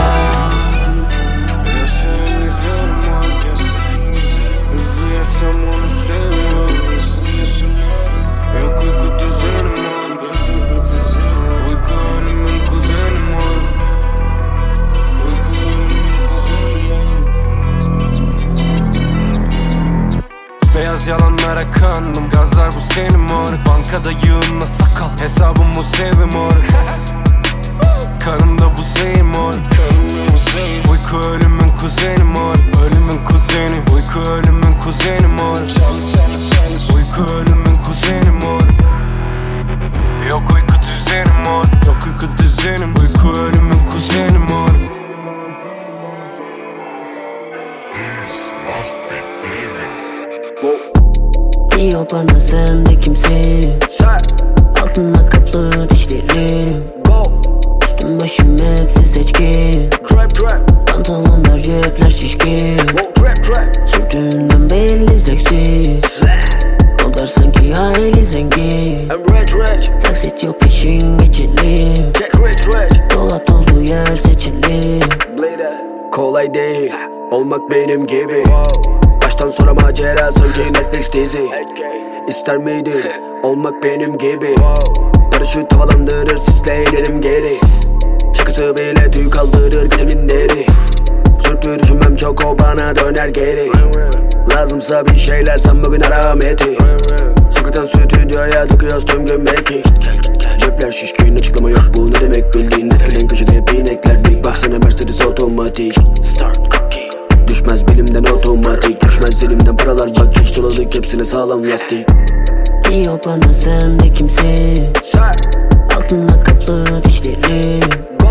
Beyaz yalanlara kandım, gazlar bu senin moruk. Bankada yığınla sakal, hesabım bu sevi moruk. kanımda buzeyim mor. Uyku ölümün kuzeni mor. Ölümün kuzeni. Uyku ölümün kuzeni mor. Uyku ölümün kuzeni mor. Yok uyku düzenim mor. Yok uyku düzenim. Uyku ölümün kuzeni mor. Diyor bana sen de kimsin? Altınla kaplı dişlerim. Üstüm başım hepsi seçkin. Pantolonlar cepler şişkin. Sürtüğünden belli seksiz. Kollar sanki hayli zengin. Taksit yok peşin geçelim. Dolap dolduğu yer seçelim. Kolay değil olmak benim gibi. Baştan sonra macera sanki Netflix dizi. İster miydin olmak benim gibi? Paraşüt havalandırır sisle inerim geri. Şakası bile tüy kaldırır vitaminleri. Sürtü düşünmem çok o bana döner geri. Lazımsa bir şeyler sen bugün arameti. Sokaktan stüdyoya döküyoruz tüm gün meki. Cepler şişkin açıklama yok bu ne demek bildiğin. Eskiden köşede bineklerdik baksana Mercedes otomatik. Start cookie. Düşmez bilimden otomatik. Düşmez elimden paralar bak hiç doladık hepsine sağlam lastik. Diyor bana sen de kimsin? Altınla kaplı dişlerim.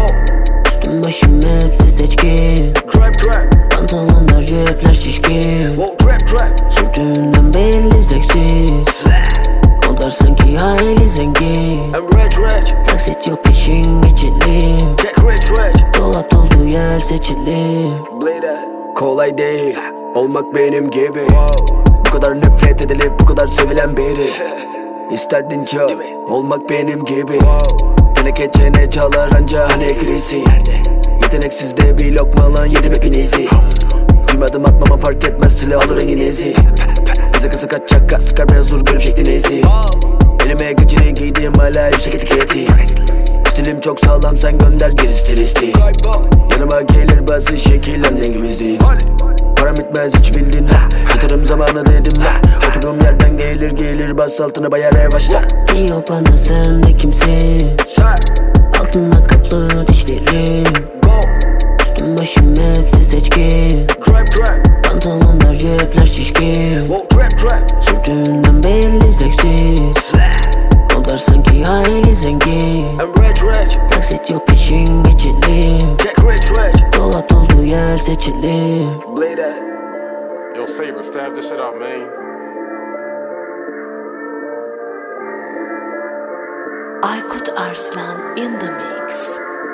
Üstüm başım hepsi seçkin. Pantolonlar cepler şişkin. Sürtüğünden belli seksiz. Kollar sanki hayli zengin. Taksit yok peşin geçelim. Dolap dolduğu yer seçelim. Kolay değil olmak benim gibi. Bu kadar nefret edilip bu kadar sevilen biri. İsterdin çok olmak benim gibi. Teneke çene çalar anca hani krisi. Yeteneksiz de bir lokma lan yedim hepinizi. Kim adım atmama fark etmez silah alır renginizi. Bize kısa kaçacak gaz sıkar beyaz dur görüm şeklinizi. Elime geçeni giydim hala yüksek etiketi. Stilim çok sağlam sen gönder geri stilisti. Yanıma gelir bazı şekiller rengimiz değil. Param bitmez hiç bildin ha. Yatırım zamanı dedim ha. Oturduğum yerden gelir gelir bas altına bayar yavaşla. Diyor bana sen de kimsin? Altınla kaplı dişlerim. Üstüm başım hepsi seçkin. Pantolonlar cepler şişkin. Sürtüğünden belli seksiz. Kollar sanki hayli zengin. Taksit yok peşin geçelim. Dolap dolduğu yer seçelim. Yo, Saber, stab this shit out, man. Aykut Arslan in the mix.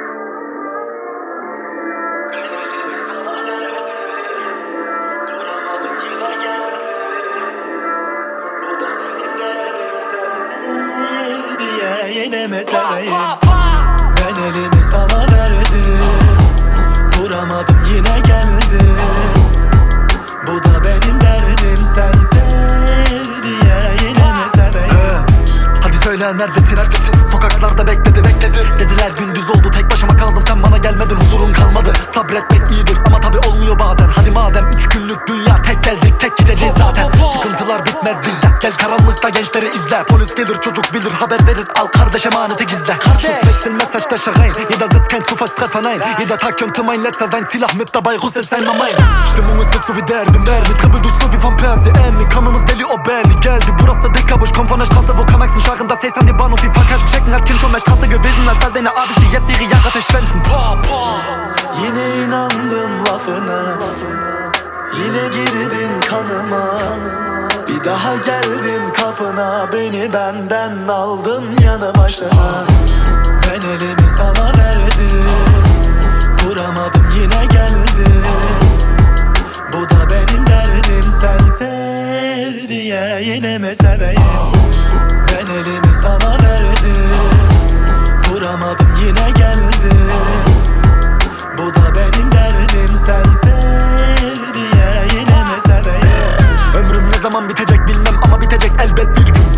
Yine mi seveyim? Ben elimi sana verdim. Duramadım yine geldi. Bu da benim derdim sen sev diye yine mi seveyim? Ee, hadi söyle neredesin? neredesin? Sokaklarda bekledi bekledi. Dediler gündüz oldu tek başıma kaldım sen bana gelmedin huzurun kalmadı. Sabretmek iyidir ama tabi olmuyor bazen. Hadi madem üç günlük dünya tek geldik tek gideceğiz zaten. Sıkıntılar bitmez bizde. Gel karanlıkta gençleri izle. Polis gelir çocuk bilir haber verir al kardeş emaneti gizle. Schuss wechseln Messer steche rein. Jeder sitzt kein Zufallstreffer nein. Jeder Tag könnte mein letzter sein. Silah mit dabei Russe sein mal mein. Stimmung ist wird so wie Derby Mermi. Trippel durch so wie Van Persie Emmy. Kanımız deli o belli geldi. Burası Dickerbusch komm von der Straße wo Kanaxen scharren. Das Ace an die Bahnhof wie Fahrkarten checken. Als Kind schon mehr Straße gewesen als all deine Abis die jetzt ihre Jahre verschwenden. Yine inandım lafına. Yine girdin kanıma. Bir daha geldim kapına. Beni benden aldın yanı başına. Ben elimi sana verdim. Duramadım yine geldi. Bu da benim derdim sen sev diye yine mi seveyim? Ben elimi sana verdim. Duramadım yine geldi. Bu da benim derdim sen sev diye yine mi seveyim? Ömrüm ne zaman bitecek bilmem ama bitecek elbet bir gün. Sen bana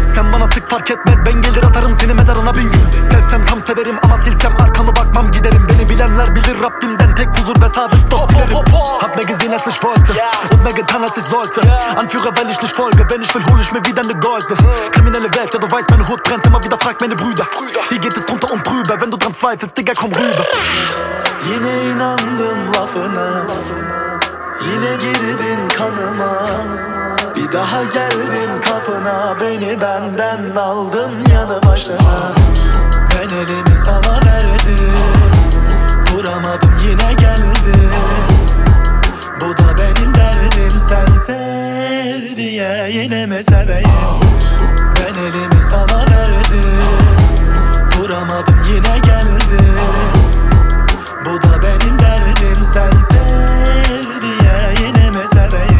bana sık fark etmez. Ben gelir atarım seni mezarına bin gün. Sevsem tam severim ama silsem arkamı bakmam giderim. Beni bilenler bilir Rabbimden tek huzur ve sadık dost dilerim. Hab mir gesehen als ich wollte und mehr getan als ich sollte. Anführer weil ich nicht folge, wenn ich will hol ich mir wieder ne Golde. Kriminelle Welt, ja du weißt meine Hut brennt, immer wieder fragt meine Brüder. Hier geht es drunter und drüber, wenn du dran zweifelst, Digga komm rüber. Yine inandım lafına, yine girdin kanıma. Bir daha geldim kapına, beni benden aldın yanı başına. Ben elimi sana verdim, vuramadım yine geldi. Bu da benim derdim, sen sev diye yine mi seveyim? Ben elimi sana verdim, vuramadım yine geldi. Bu da benim derdim, sen sev diye yine mi seveyim?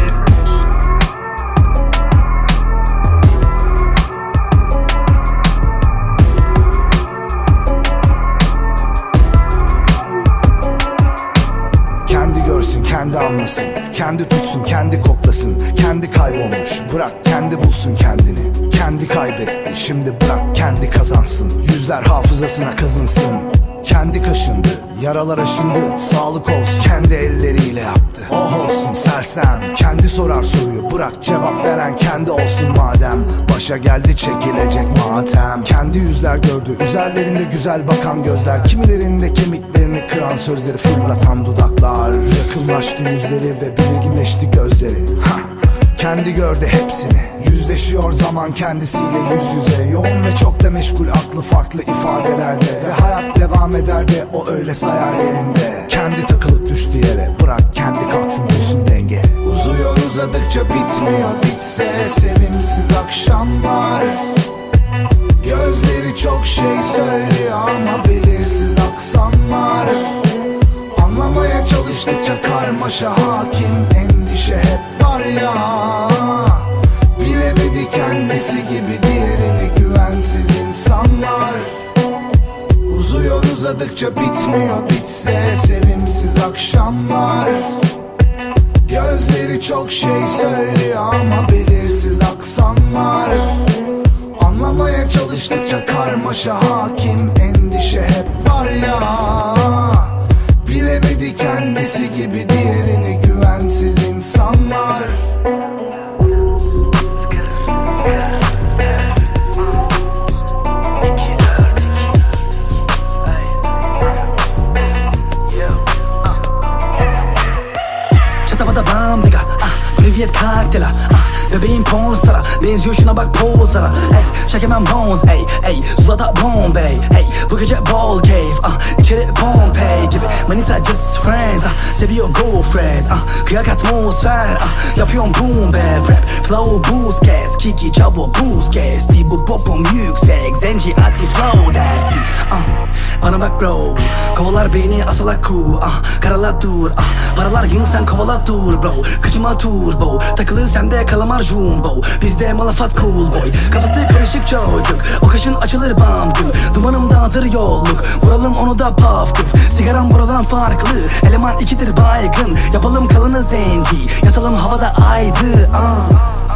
Kendi görsün, kendi anlasın, kendi tutsun, kendi koklasın. Kendi kaybolmuş, bırak kendi bulsun kendini. Kendi kaybetti, şimdi bırak kendi kazansın. Yüzler hafızasına kazınsın. Kendi kaşındı, yaralar aşındı. Sağlık olsun, kendi elleriyle yaptı. Oh olsun sersem, kendi sorar soruyu. Bırak cevap veren kendi olsun madem. Başa geldi çekilecek matem. Kendi yüzler gördü, üzerlerinde güzel bakan gözler. Kimilerinde kemiklerini kıran sözleri fırlatan dudaklar. Yakınlaştı yüzleri ve belirginleşti gözleri. Hah. Kendi gördü hepsini. Yüzleşiyor zaman kendisiyle yüz yüze. Yoğun ve çok da meşgul, aklı farklı ifadelerde. Ve hayat devam eder de o öyle sayar yerinde. Kendi takılıp düştü yere, bırak kendi kalksın bulsun denge. Uzuyor uzadıkça bitmiyor, bitse sevimsiz akşamlar. Gözleri çok şey söylüyor ama belirsiz aksanlar. Anlamaya çalıştıkça karmaşa hakim, endişe hep var ya. Bilemedi kendisi gibi diğerini güvensiz insanlar. Uzuyor uzadıkça bitmiyor, bitse sevimsiz akşamlar. Gözleri çok şey söylüyor ama belirsiz aksanlar. Anlamaya çalıştıkça karmaşa hakim, endişe hep var ya. Bilemedi kendisi gibi diğerini güvensiz insanlar. Çatavada bam diga, ah, привет как dela, ah. Bebeğim pornstara, benziyor şuna bak pozlara. Ey, çekemem bones, ey, ey, Zula'da Bombay, ey. Bu gece ball cave, ah, içeri Pompei gibi. Manita just friends, ah, seviyor girlfriend, ah. Kıyak atmosfer, ah, yapıyorum boom bap rap. Flow boost gas, Kiki Chavo boost gas. Dibu popom yüksek, Zenci ati flow dersin, ah. Bana bak bro, kovalar beni asala crew, ah. Karala dur, ah, paralar yığın sen kovala dur bro. Kıçıma turbo, takılı sende kalamar jumbo. Bizde malafat cool boy, kafası karışık çocuk. O kaşın açılır bam güm, dumanımda hazır yolluk. Vuralım onu da paf küf, sigaram buradan farklı. Eleman ikidir baygın, yapalım kalını zenci. Yatalım havada aydı, ah.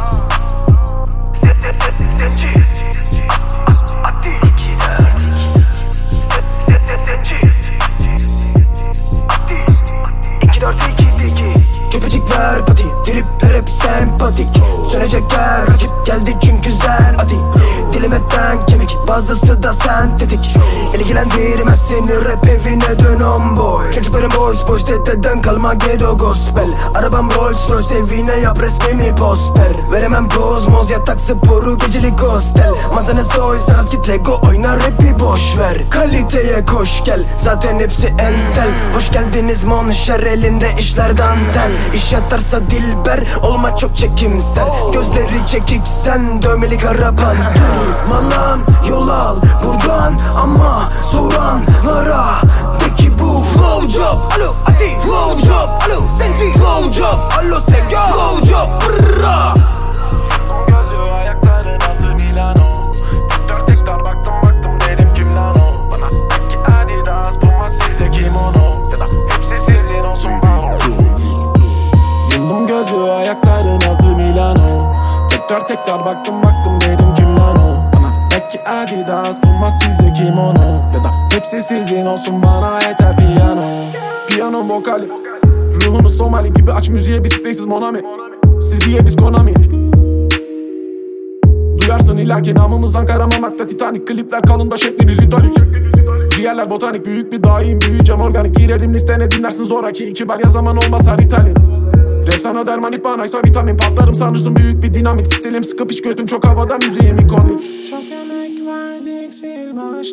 Köpecik ver pati, tripler hep sempatik. Sönecek gel, rakip geldi çünkü zen ati. Dilim etten kemik, bazısı da sentetik. İlgilendirmez seni rap evine dön on boy. Çocuklarım boys boys, dededen kalma ghetto gospel. Arabam Rolls Royce, evine yap resmimi poster. Veremem kozmoz, yatak sporu, gecelik hostel. Manzana stories, tas git Lego oyna rapi boş ver. Kaliteye koş gel, zaten hepsi entel. Hoş geldiniz monşer, elinde işler dantel. İş yatarsa dilber, olma çok çekimsel. Gözleri çekik sen, dövmeli kara panter. Malan yol al buradan ama soranlara de ki bu flow job. Alo ati flow job, alo zenci flow job, alo sevga flow job. Brrra. Gözü ayakların altı Milano. Dört tekrar baktım baktım dedim kim lan o. Bana belki Adidas, Puma size kimono. Ya da hepsi sizin olsun bana. Yıldım gözü ayakların altı Milano. Tekrar tekrar baktım baktım dedim kim lan o. Bana Belki Adidas bulmaz sizde kimono, ya da hepsi sizin olsun bana yeter piyano. Piyano vokali, ruhunu Somali gibi aç müziğe bir spreysiz Monami. Siz diye biz Konami. Duyarsın illaki namımız Ankara Mamak'ta Titanic. Klipler kalın da şekliniz italik. Ciğerler botanik, büyük bir daim, büyüyeceğim organik. Girerim listene dinlersin zoraki, iki bar ya zaman olmaz haritali. Rap sana derman, it banaysa vitamin. Patlarım sanırsın büyük bir dinamik. Stilim sıkıp hiç götüm çok havada, müziğim ikonik. Çok emek verdik sil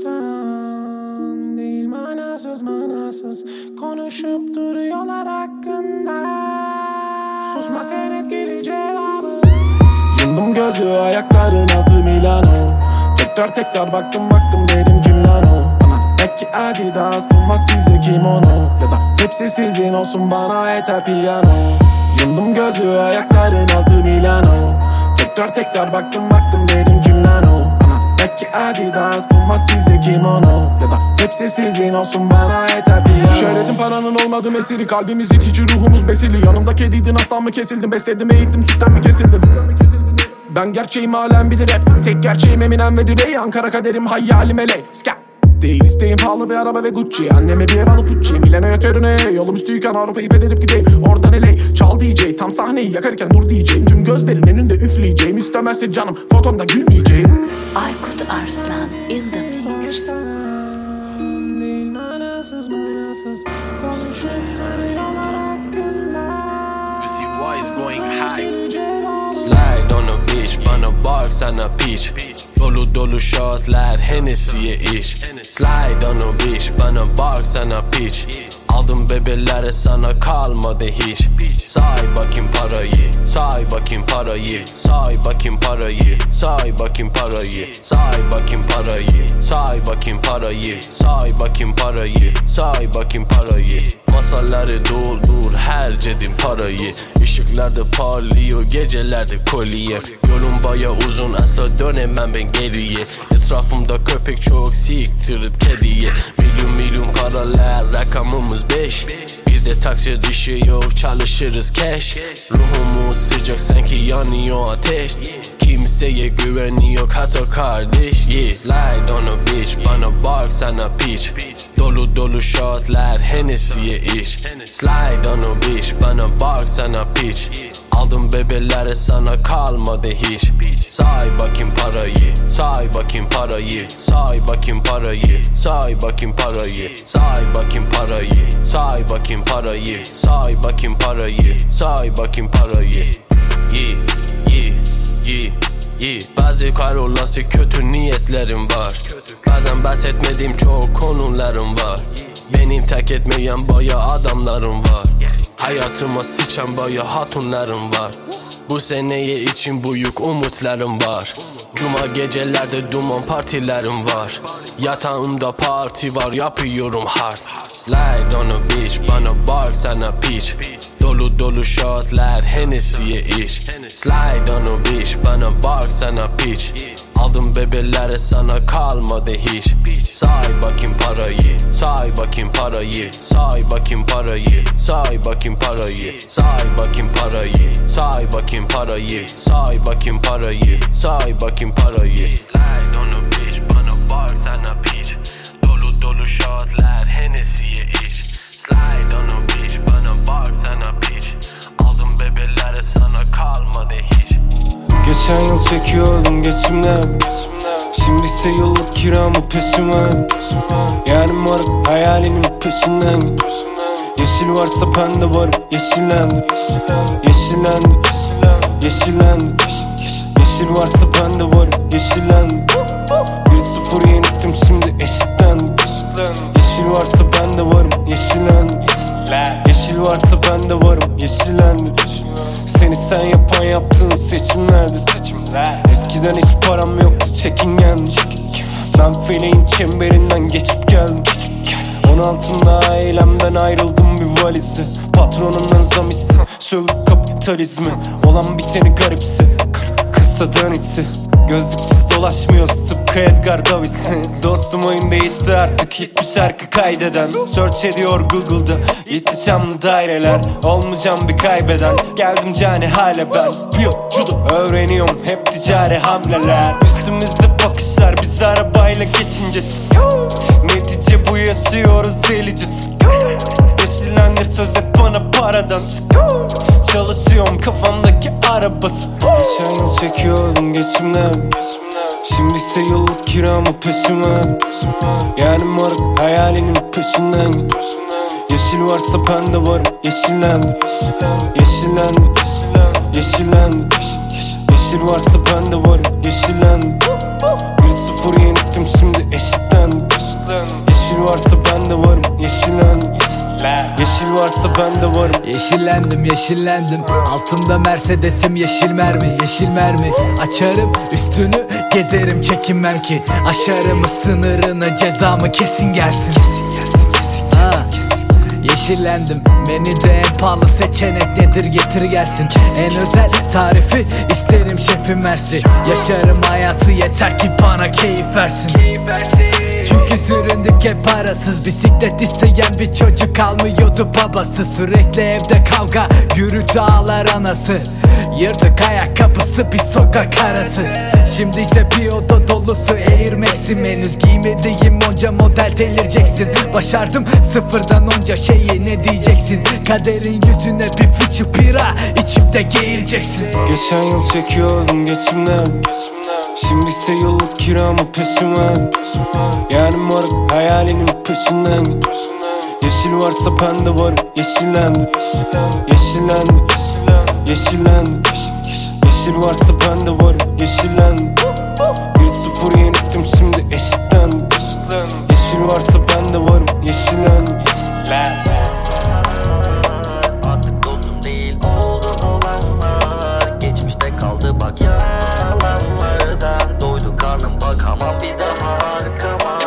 baştan, değil manasız manasız konuşup duruyorlar hakkında. Susmak en etkili cevabı. Yumdum gözü ayakların altı Milano. Tekrar tekrar baktım baktım dedim kim lan o? Bana belki Adidas bulmaz sizde kimono, ya da hepsi sizin olsun bana yeter piyano. Yumdum gözü ayakların altı Milano. Tekrar tekrar baktım baktım dedim kim lan o? Bana belki Adidas bulmaz sizde kimono, ya da hepsi sizin olsun bana yeter piyano. Şöhretin paranın olmadığı mesiri, kalbimiz itici ruhumuz besili. Yanımda kediydin aslan mı kesildim, besledim eğittim sütten mi kesildim? Ben gerçeğim alem bilir hep, tek gerçeğim Eminem ve Dre. Ankara kaderim hayalim L A Skap. Değil isteğim pahalı bir araba ve Gucci, anneme bir ev alıp Gucci. Milano'ya törüne yolum üstüyken Avrupa'yı fethedip gideyim. Oradan L A çal D J, tam sahneyi yakarken dur diyeceğim. Tüm gözlerin önünde üfleyeceğim, istemezse canım fotonda gülmeyeceğim. Aykut Arslan in the mix. Değil manasız manasız konuşup duruyorlar hakkında. You see why it's going high. Slide on a beach, bana bak sana peach. Dolu dolu shotlar Hennessy'ye iş. Slide on a beach, bana bak sana peach. Aldım bebelere sana kalmadı hiç. Say bakayım parayı, say bakayım parayı, say bakayım parayı, say bakayım parayı, say bakayım parayı, say bakayım parayı, say bakayım parayı, say bakayım parayı. Masaları doldur harcadım parayı. Işıklarda parlıyor gecelerde kolye. Yolum baya uzun asla dönemem ben geriye. Etrafımda köpek çok siktirir kediye. Milyon milyon paralar rakamımız beş. Bizde taksi dışı yok çalışırız cash. Ruhumuz sıcak sanki yanıyor ateş. Kimseye güveniyor hatta kardeş. Yeah. Slide on a beach, bana bak sana peach. Dolu dolu shotlar Hennessy'ye iş. Slide on a beach, bana bak sana peach. Aldım bebelere sana kalmadı hiç. Say bakayım parayı, say bakayım parayı, say bakayım parayı, say bakayım parayı, say bakayım parayı, say bakayım parayı, say bakayım parayı, say bakayım parayı. Yeah, yeah, yeah, yeah. Bazı kahrolası kötü niyetlerim var. Bazen bahsetmediğim çok konularım var. Benim terk etmeyen baya adamlarım var. Hayatıma sıçan baya hatunlarım var. Bu seneye için büyük umutlarım var. Cuma gecelerde duman partilerim var. Yatağımda parti var yapıyorum hard. Slide on a beach, bana bak sana peach. Dolu dolu shotlar Hennessy'ye iş. Slide on a beach, bana bak sana peach. Aldım bebelere sana kalmadı hiç. Say bakayım parayı, say bakayım parayı, say bakayım parayı, say bakayım parayı, say bakayım parayı, say bakayım parayı, say bakayım parayı, say bakayım parayı. Slide on a beach, bana bak sana peach. Dolu dolu shotlar Hennessy'ye iş. Slide on a beach, bana bak sana peach. Aldım bebelere sana kalmadı hiç. Geçen yıl çekiyordum geçimden, şimdi ise yıllık kiramı peşime. Yani moruk hayalinin peşinden git. Yeşil varsa ben de varım, yeşillendi. Yeşillendi, yeşillendi. Yeşil varsa ben de varım, yeşillendi. Bir sıfır yenildim şimdi eşitlendi. Yeşil varsa ben de varım, yeşillendi. Yeşil varsa ben de varım, yeşillendi. Seni sen yapan yaptığın seçimlerdir. Eskiden hiç param yoktu çekingendim. Ben feleğin çemberinden geçip geldim. On altımda ailemden ayrıldım bir valizi. Patronumdan zam iste, sövüp kapitalizmi. Olan biteni garipsi, kısa dönüşü. Gözlüksüz dolaşmıyoruz tıpkı Edgar Davis. Dostum oyun değişti artık, hit bir şarkı kaydeden. Search ediyor Google'da ihtişamlı daireler. Olmayacağım bir kaybeden, geldim cani hale ben. Piyocuda öğreniyorum hep ticari hamleler. Üstümüzde bakışlar biz arabayla geçince. Netice bu, yaşıyoruz delice. Yeşillendir söz et bana paradan. Çalışıyorum kafamdaki arabası. Geçen yıl çekiyordum geçimden, şimdi ise yıllık kiramı peşime. Yani moruk hayalinin peşinden git. Yeşil varsa ben de varım, yeşillendi. Yeşillendi, yeşillendi. Yeşil varsa ben de varım, yeşillendi. Bir sıfır yenildim şimdi eşitlendi. Yeşil varsa ben de varım, yeşillendi. Yeşil varsa ben de varım. Yeşillendim, yeşillendim. Altımda Mercedes'im, yeşil mermi, yeşil mermi. Açarım üstünü, gezerim, çekinmem ki. Aşarım sınırını, cezamı kesin gelsin. Ha. Yeşillendim, menüde en pahalı seçenek nedir, getir gelsin. En özel tarifi isterim şefim versin. Yaşarım hayatı yeter ki bana keyif versin. Çünkü süründük hep parasız. Bisiklet isteyen bir çocuk kalmıyordu babası. Sürekli evde kavga, gürültü ağlar anası. Yırtık ayakkabısı bir sokak arası. Şimdi ise bir oda dolusu Air Max'im. Henüz giymediğim onca model delireceksin. Başardım sıfırdan onca şeyi, ne diyeceksin? Kaderin yüzüne bir fıçı bira içimde geğireceksin. Geçen yıl çekiyordum geçimden, şimdi ise yıllık kiramı peşime. Yani moruk hayalinin peşinden git. Yeşil varsa ben de varım, yeşillendi. Yeşillendi, yeşillendi. Yeşil varsa ben de varım, yeşillendi. Bir sıfır yenildim şimdi eşitlendi. Yeşil varsa ben de varım, yeşillendi. Artık dostum değil oldun olanlar. Geçmişte kaldı bak yalanlardan. Doydu karnım bakamam bir daha arkama.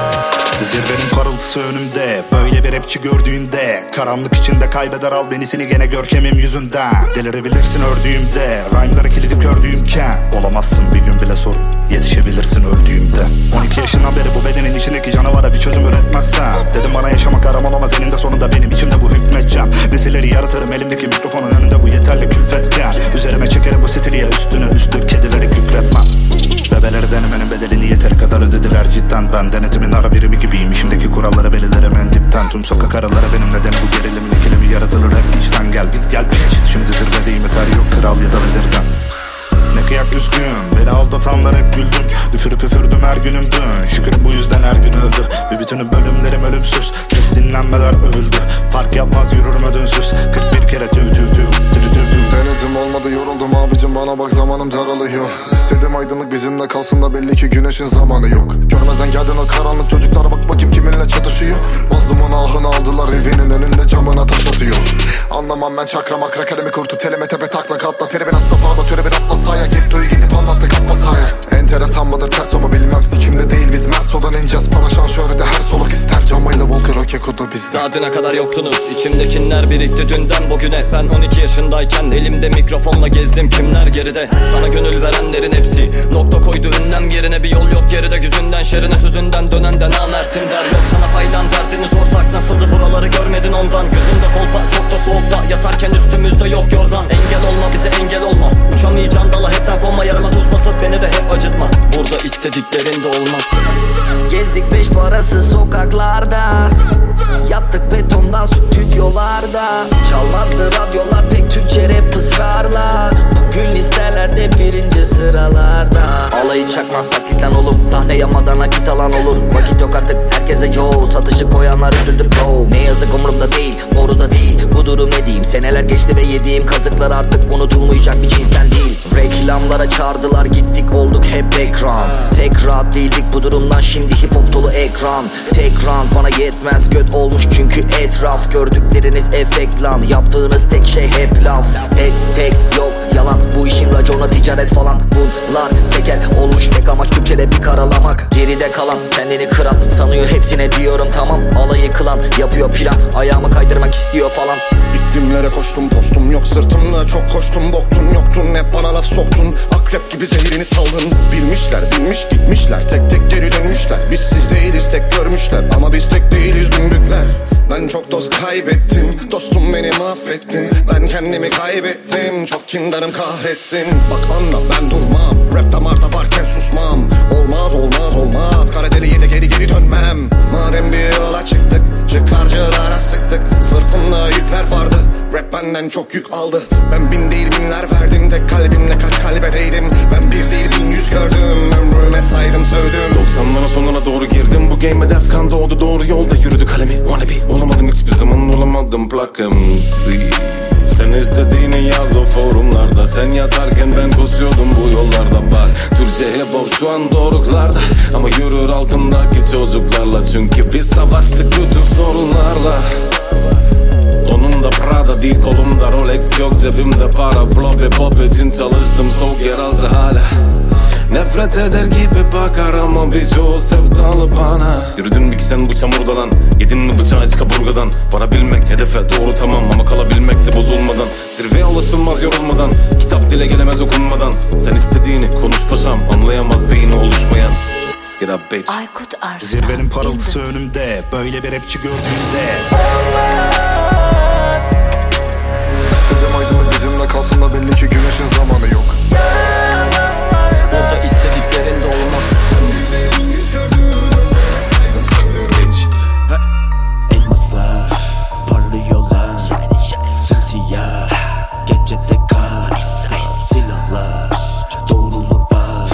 Zirvenin parıltısı önümde, böyle bir rapçi gördüğünde. Karanlık içinde kaybeder al beni, seni gene görkemim yüzünden. Delirebilirsin ördüğümde, rhyme'ları kilidi kördüğümken. Olamazsın bir gün bile sorun, yetişebilirsin öldüğümde. On iki yaşından beri bu bedenin içindeki canavara bir çözüm üretmezsen. Dedim bana yaşamak aram olamaz, eninde sonunda benim içimde bu hükmedeceğim. Nesilleri yaratırım elimdeki mikrofonun önünde, bu yeterli külfetken. Üzerime çekerim bu stiliye, üstüne üstü kedileri küfretmem. Bebeleri denemenin bedelini yeteri kadar ödediler cidden. Ben denetimin ara birimi gibiyim, işimdeki kuralları belirlerim en dipten. Tüm sokak araları benim nedeni, bu gerilimin ikilemi yaratılır hep içten. Gel git gel piç, şimdi zirvedeyim, eser yok kral ya da vezirden. Ne kıyak üzgün, beni aldatanlar hep güldüm. Üfürüp üfürdüm her günüm dün, şükürüm bu yüzden her gün öldü. Bir bütün bölümlerim ölümsüz, sırf dinlenmeler övüldü. Fark yapmaz yürürüm ödünsüz, kırk bir kere tüv tüv tüv tüv tüv tüv. Denedim olmadı, yoruldum abicim, bana bak zamanım daralıyor. İstedim aydınlık bizimle kalsın da belli ki güneşin zamanı yok. Görmezden geldin o karanlık çocuklara, bak bakayım kiminle çatışıyor. Mazlumun ahını aldılar, evinin önünde camına taş atıyor. Anlamam ben çakra makra, kalemi kurtu teleme tepe takla katla. Terebin az safhada törebin atla sahaya, gettoyu gidip anlattı katma sahaya. Enteresan mıdır ters ama bilmem, sikimde değil biz Merso'dan ineceğiz. Bana şan şöhrete her soluk ister, camayla Volker o keko da bizde. Saatine kadar yoktunuz, içimdekiler birikti dünden bugüne. Ben on iki yaşındayken elimde mikrofonla gezdim, kimler geride? Sana gönül verenlerin hepsi nokta koydu ünlem yerine. Bir yol yok geride, güzünden şerine sözünden dönenden namertim der. Yok sana paylan derdiniz ortak, nasıldı buraları görmedin ondan. Gözümde kolpa çok da soğukta, yatarken üstümüzde yok yorgan. Engel olma bize engel olma, uçamayacaksın dala hepten konma. Yarıma tuz basıp beni de hep acıtma, burada istediklerin de olmaz. Gezdik beş parası sokaklarda, yattık betondan stüdyolarda. Çalmazdı radyolar pek Türkçe rap ısrarla. Bugün listelerde birinci sıralarda. Alayı çakmak taklitten oğlum, sahne yamadan akit alan olur. Vakit yok artık herkese yo, satışı koyanlar üzüldüm bro. Ne yazık umurumda değil, boru da değil, bu durum ne diyeyim. Seneler geçti ve yediğim kazıklar artık unutulmayacak bir cinsten değil. Reklamlara çağırdılar gittik, olduk hep ekran. Pek rahat değildik bu durumdan, şimdi hip hop dolu ekran. Tek round bana yetmez, göt olmuş çünkü etraf. Gördükleriniz efekt lan, yaptığınız tek şey hep laf. Tek tek yok yalan, bu işin racona ticaret falan. Bunlar tekel olmuş, tek amaç Türkçe'de bir karalamak. Geride kalan kendini kıran sanıyor hepsine diyorum tamam. Alayı kılan yapıyor plan, ayağımı kaydırmak istiyor falan. İklimlere koştum postum yok sırtımda, çok koştum boktun yoktun, hep bana laf soktun. Ak Bak rap gibi zehirini saldın. Bilmişler bilmiş gitmişler, tek tek geri dönmüşler. Biz siz değiliz tek görmüşler, ama biz tek değiliz dümbükler. Ben çok dost kaybettim, dostum beni mahvettin. Ben kendimi kaybettim, çok kindarım kahretsin. Bak anla ben durmam, rap damarda varken susmam. Olmaz olmaz olmaz, kara deliğe de geri geri dönmem. Madem bir yola çıktık, çıkarcılara sıktık. Sırtımda yükler vardı, rap benden çok yük aldı. Ben bin değil binler verdim, tek kalbimle kaç kalbe değdim. Ben bir değil bin yüz gördüm, ömrüme saydım sövdüm. doksanlara sonuna doğru girdim, bu game'e defkan doğdu. Doğru yolda yürüdü kalemi, wannabe. Olamadım hiçbir zaman, olamadım plakamsi. Sen istediğini yaz o forumlarda. Sen yatarken ben koşuyordum bu yollarda. Bak Türkçe hip hop şu an doruklarda, ama yürür altındaki çocuklarla. Çünkü biz savaştık bütün sorunlarla. Donumda Prada değil kolumda Rolex, yok cebimde para. Flow hip hop için çalıştım, soğuk yer aldı hala. Nefret eder gibi bakar ama birçoğu sevdalı bana. Yürüdün mü ki sen bu çamurda lan? Yedin mi bıçağı hiç kaburgadan? Varabilmek hedefe doğru tamam, ama kalabilmek de bozulmadan. Zirveye ulaşılmaz yorulmadan, kitap dile gelemez okunmadan. Sen istediğini konuş paşam, anlayamaz beyni oluşmayan. Get up bitch. Zirvenin parıltısı önümde, böyle bir rapçi gördüğümde. İstedim aydınlık bizimle kalsın da belli ki güneşin zamanı yok. Burada istediklerin de olmaz. Elmaslar parlıyorlar, simsiyah gecede kar. Silahlar doğrulur bak,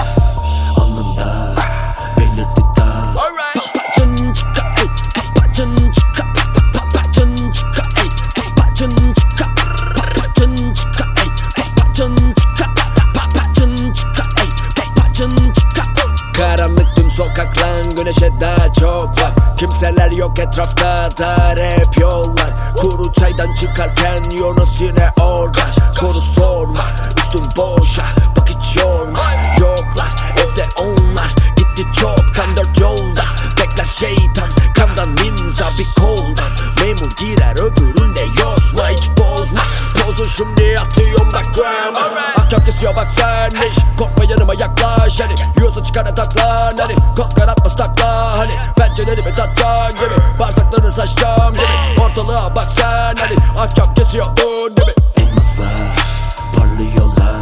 alnında belirdi dağ. Papacın çıka ey, papacın çıka, papacın çıka ey, papacın çıka, papacın çıka ey, papacın çıka, papacın çıka ey, papacın çıka. Karanlık tüm sokaklar, güneşe daha çok var. Kimseler yok etrafta, dar hep yollar. Kuru çaydan çıkarken Yunus yine orada. Soru sorma, üstüm boşa, bak hiç yorma. Yoklar, evde onlar, gitti çoktan dört yolda. Bekler şeytan, kandan imza bir koldan. Memur girer öbüründe yosma, hiç bozma. Pozu şimdi atıyorum background. Ahkam kesiyor bak sen iş, korkma yanıma yaklaş hani. Yiyorsa çıkar ataklan hani, kalkar atmaz takla hani. Pençelerimi tatcan gibi, bağırsaklarını saçacağım gibi. Ortalığa bak sen hani, ahkam kesiyordun değil mi? Elmaslar parlıyorlar,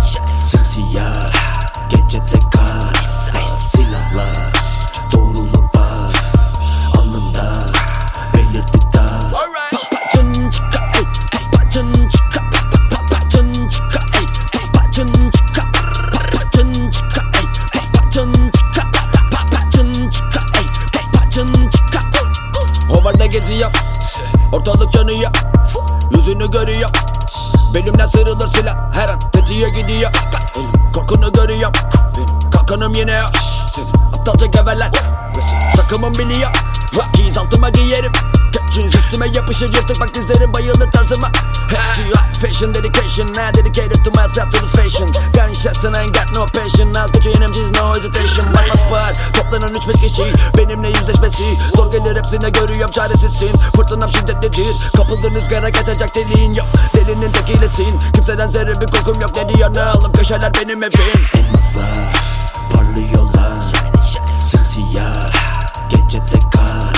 simsiyah gecede kar. Silahlar doğrulur bak, alnında belirdi dağ. Papacın çıka ey, papacın çıka, papacın çıka ey, papacın çıka, papacın çıka ey, papacın çıka, papacın çıka ey, papacın çıka. Hovarda geziyor, ortalık yanıyor, yüzünü görüyor. Benimle sıyrılır silah, her an tetiğe gidiyor. Korkunu görüyorum, kalkanım yine yok. Senin aptalca geveler, sakımın biliyor. Rockies altıma giyerim, jeans üstüme yapışır, yırtık bak dizlerim bayılır tarzıma. Hepsi high fashion, dedication, I dedicated to myself to this fashion. Gunshots and I ain't got no passion, I'll touch your M G's, no hesitation. Basma spar, toplanan üç beş kişi, benimle yüzleşmesi. Zor gelir hepsine görüyorum çaresizsin. Fırtınam şiddetlidir, kapıldın rüzgara kaçacak deliğin yok. Delinin tekilesin, kimseden zerre bir korkum yok. Ne diyor ne alım, köşeler benim evim. Elmaslar parlıyorlar, simsiyah gecede kar.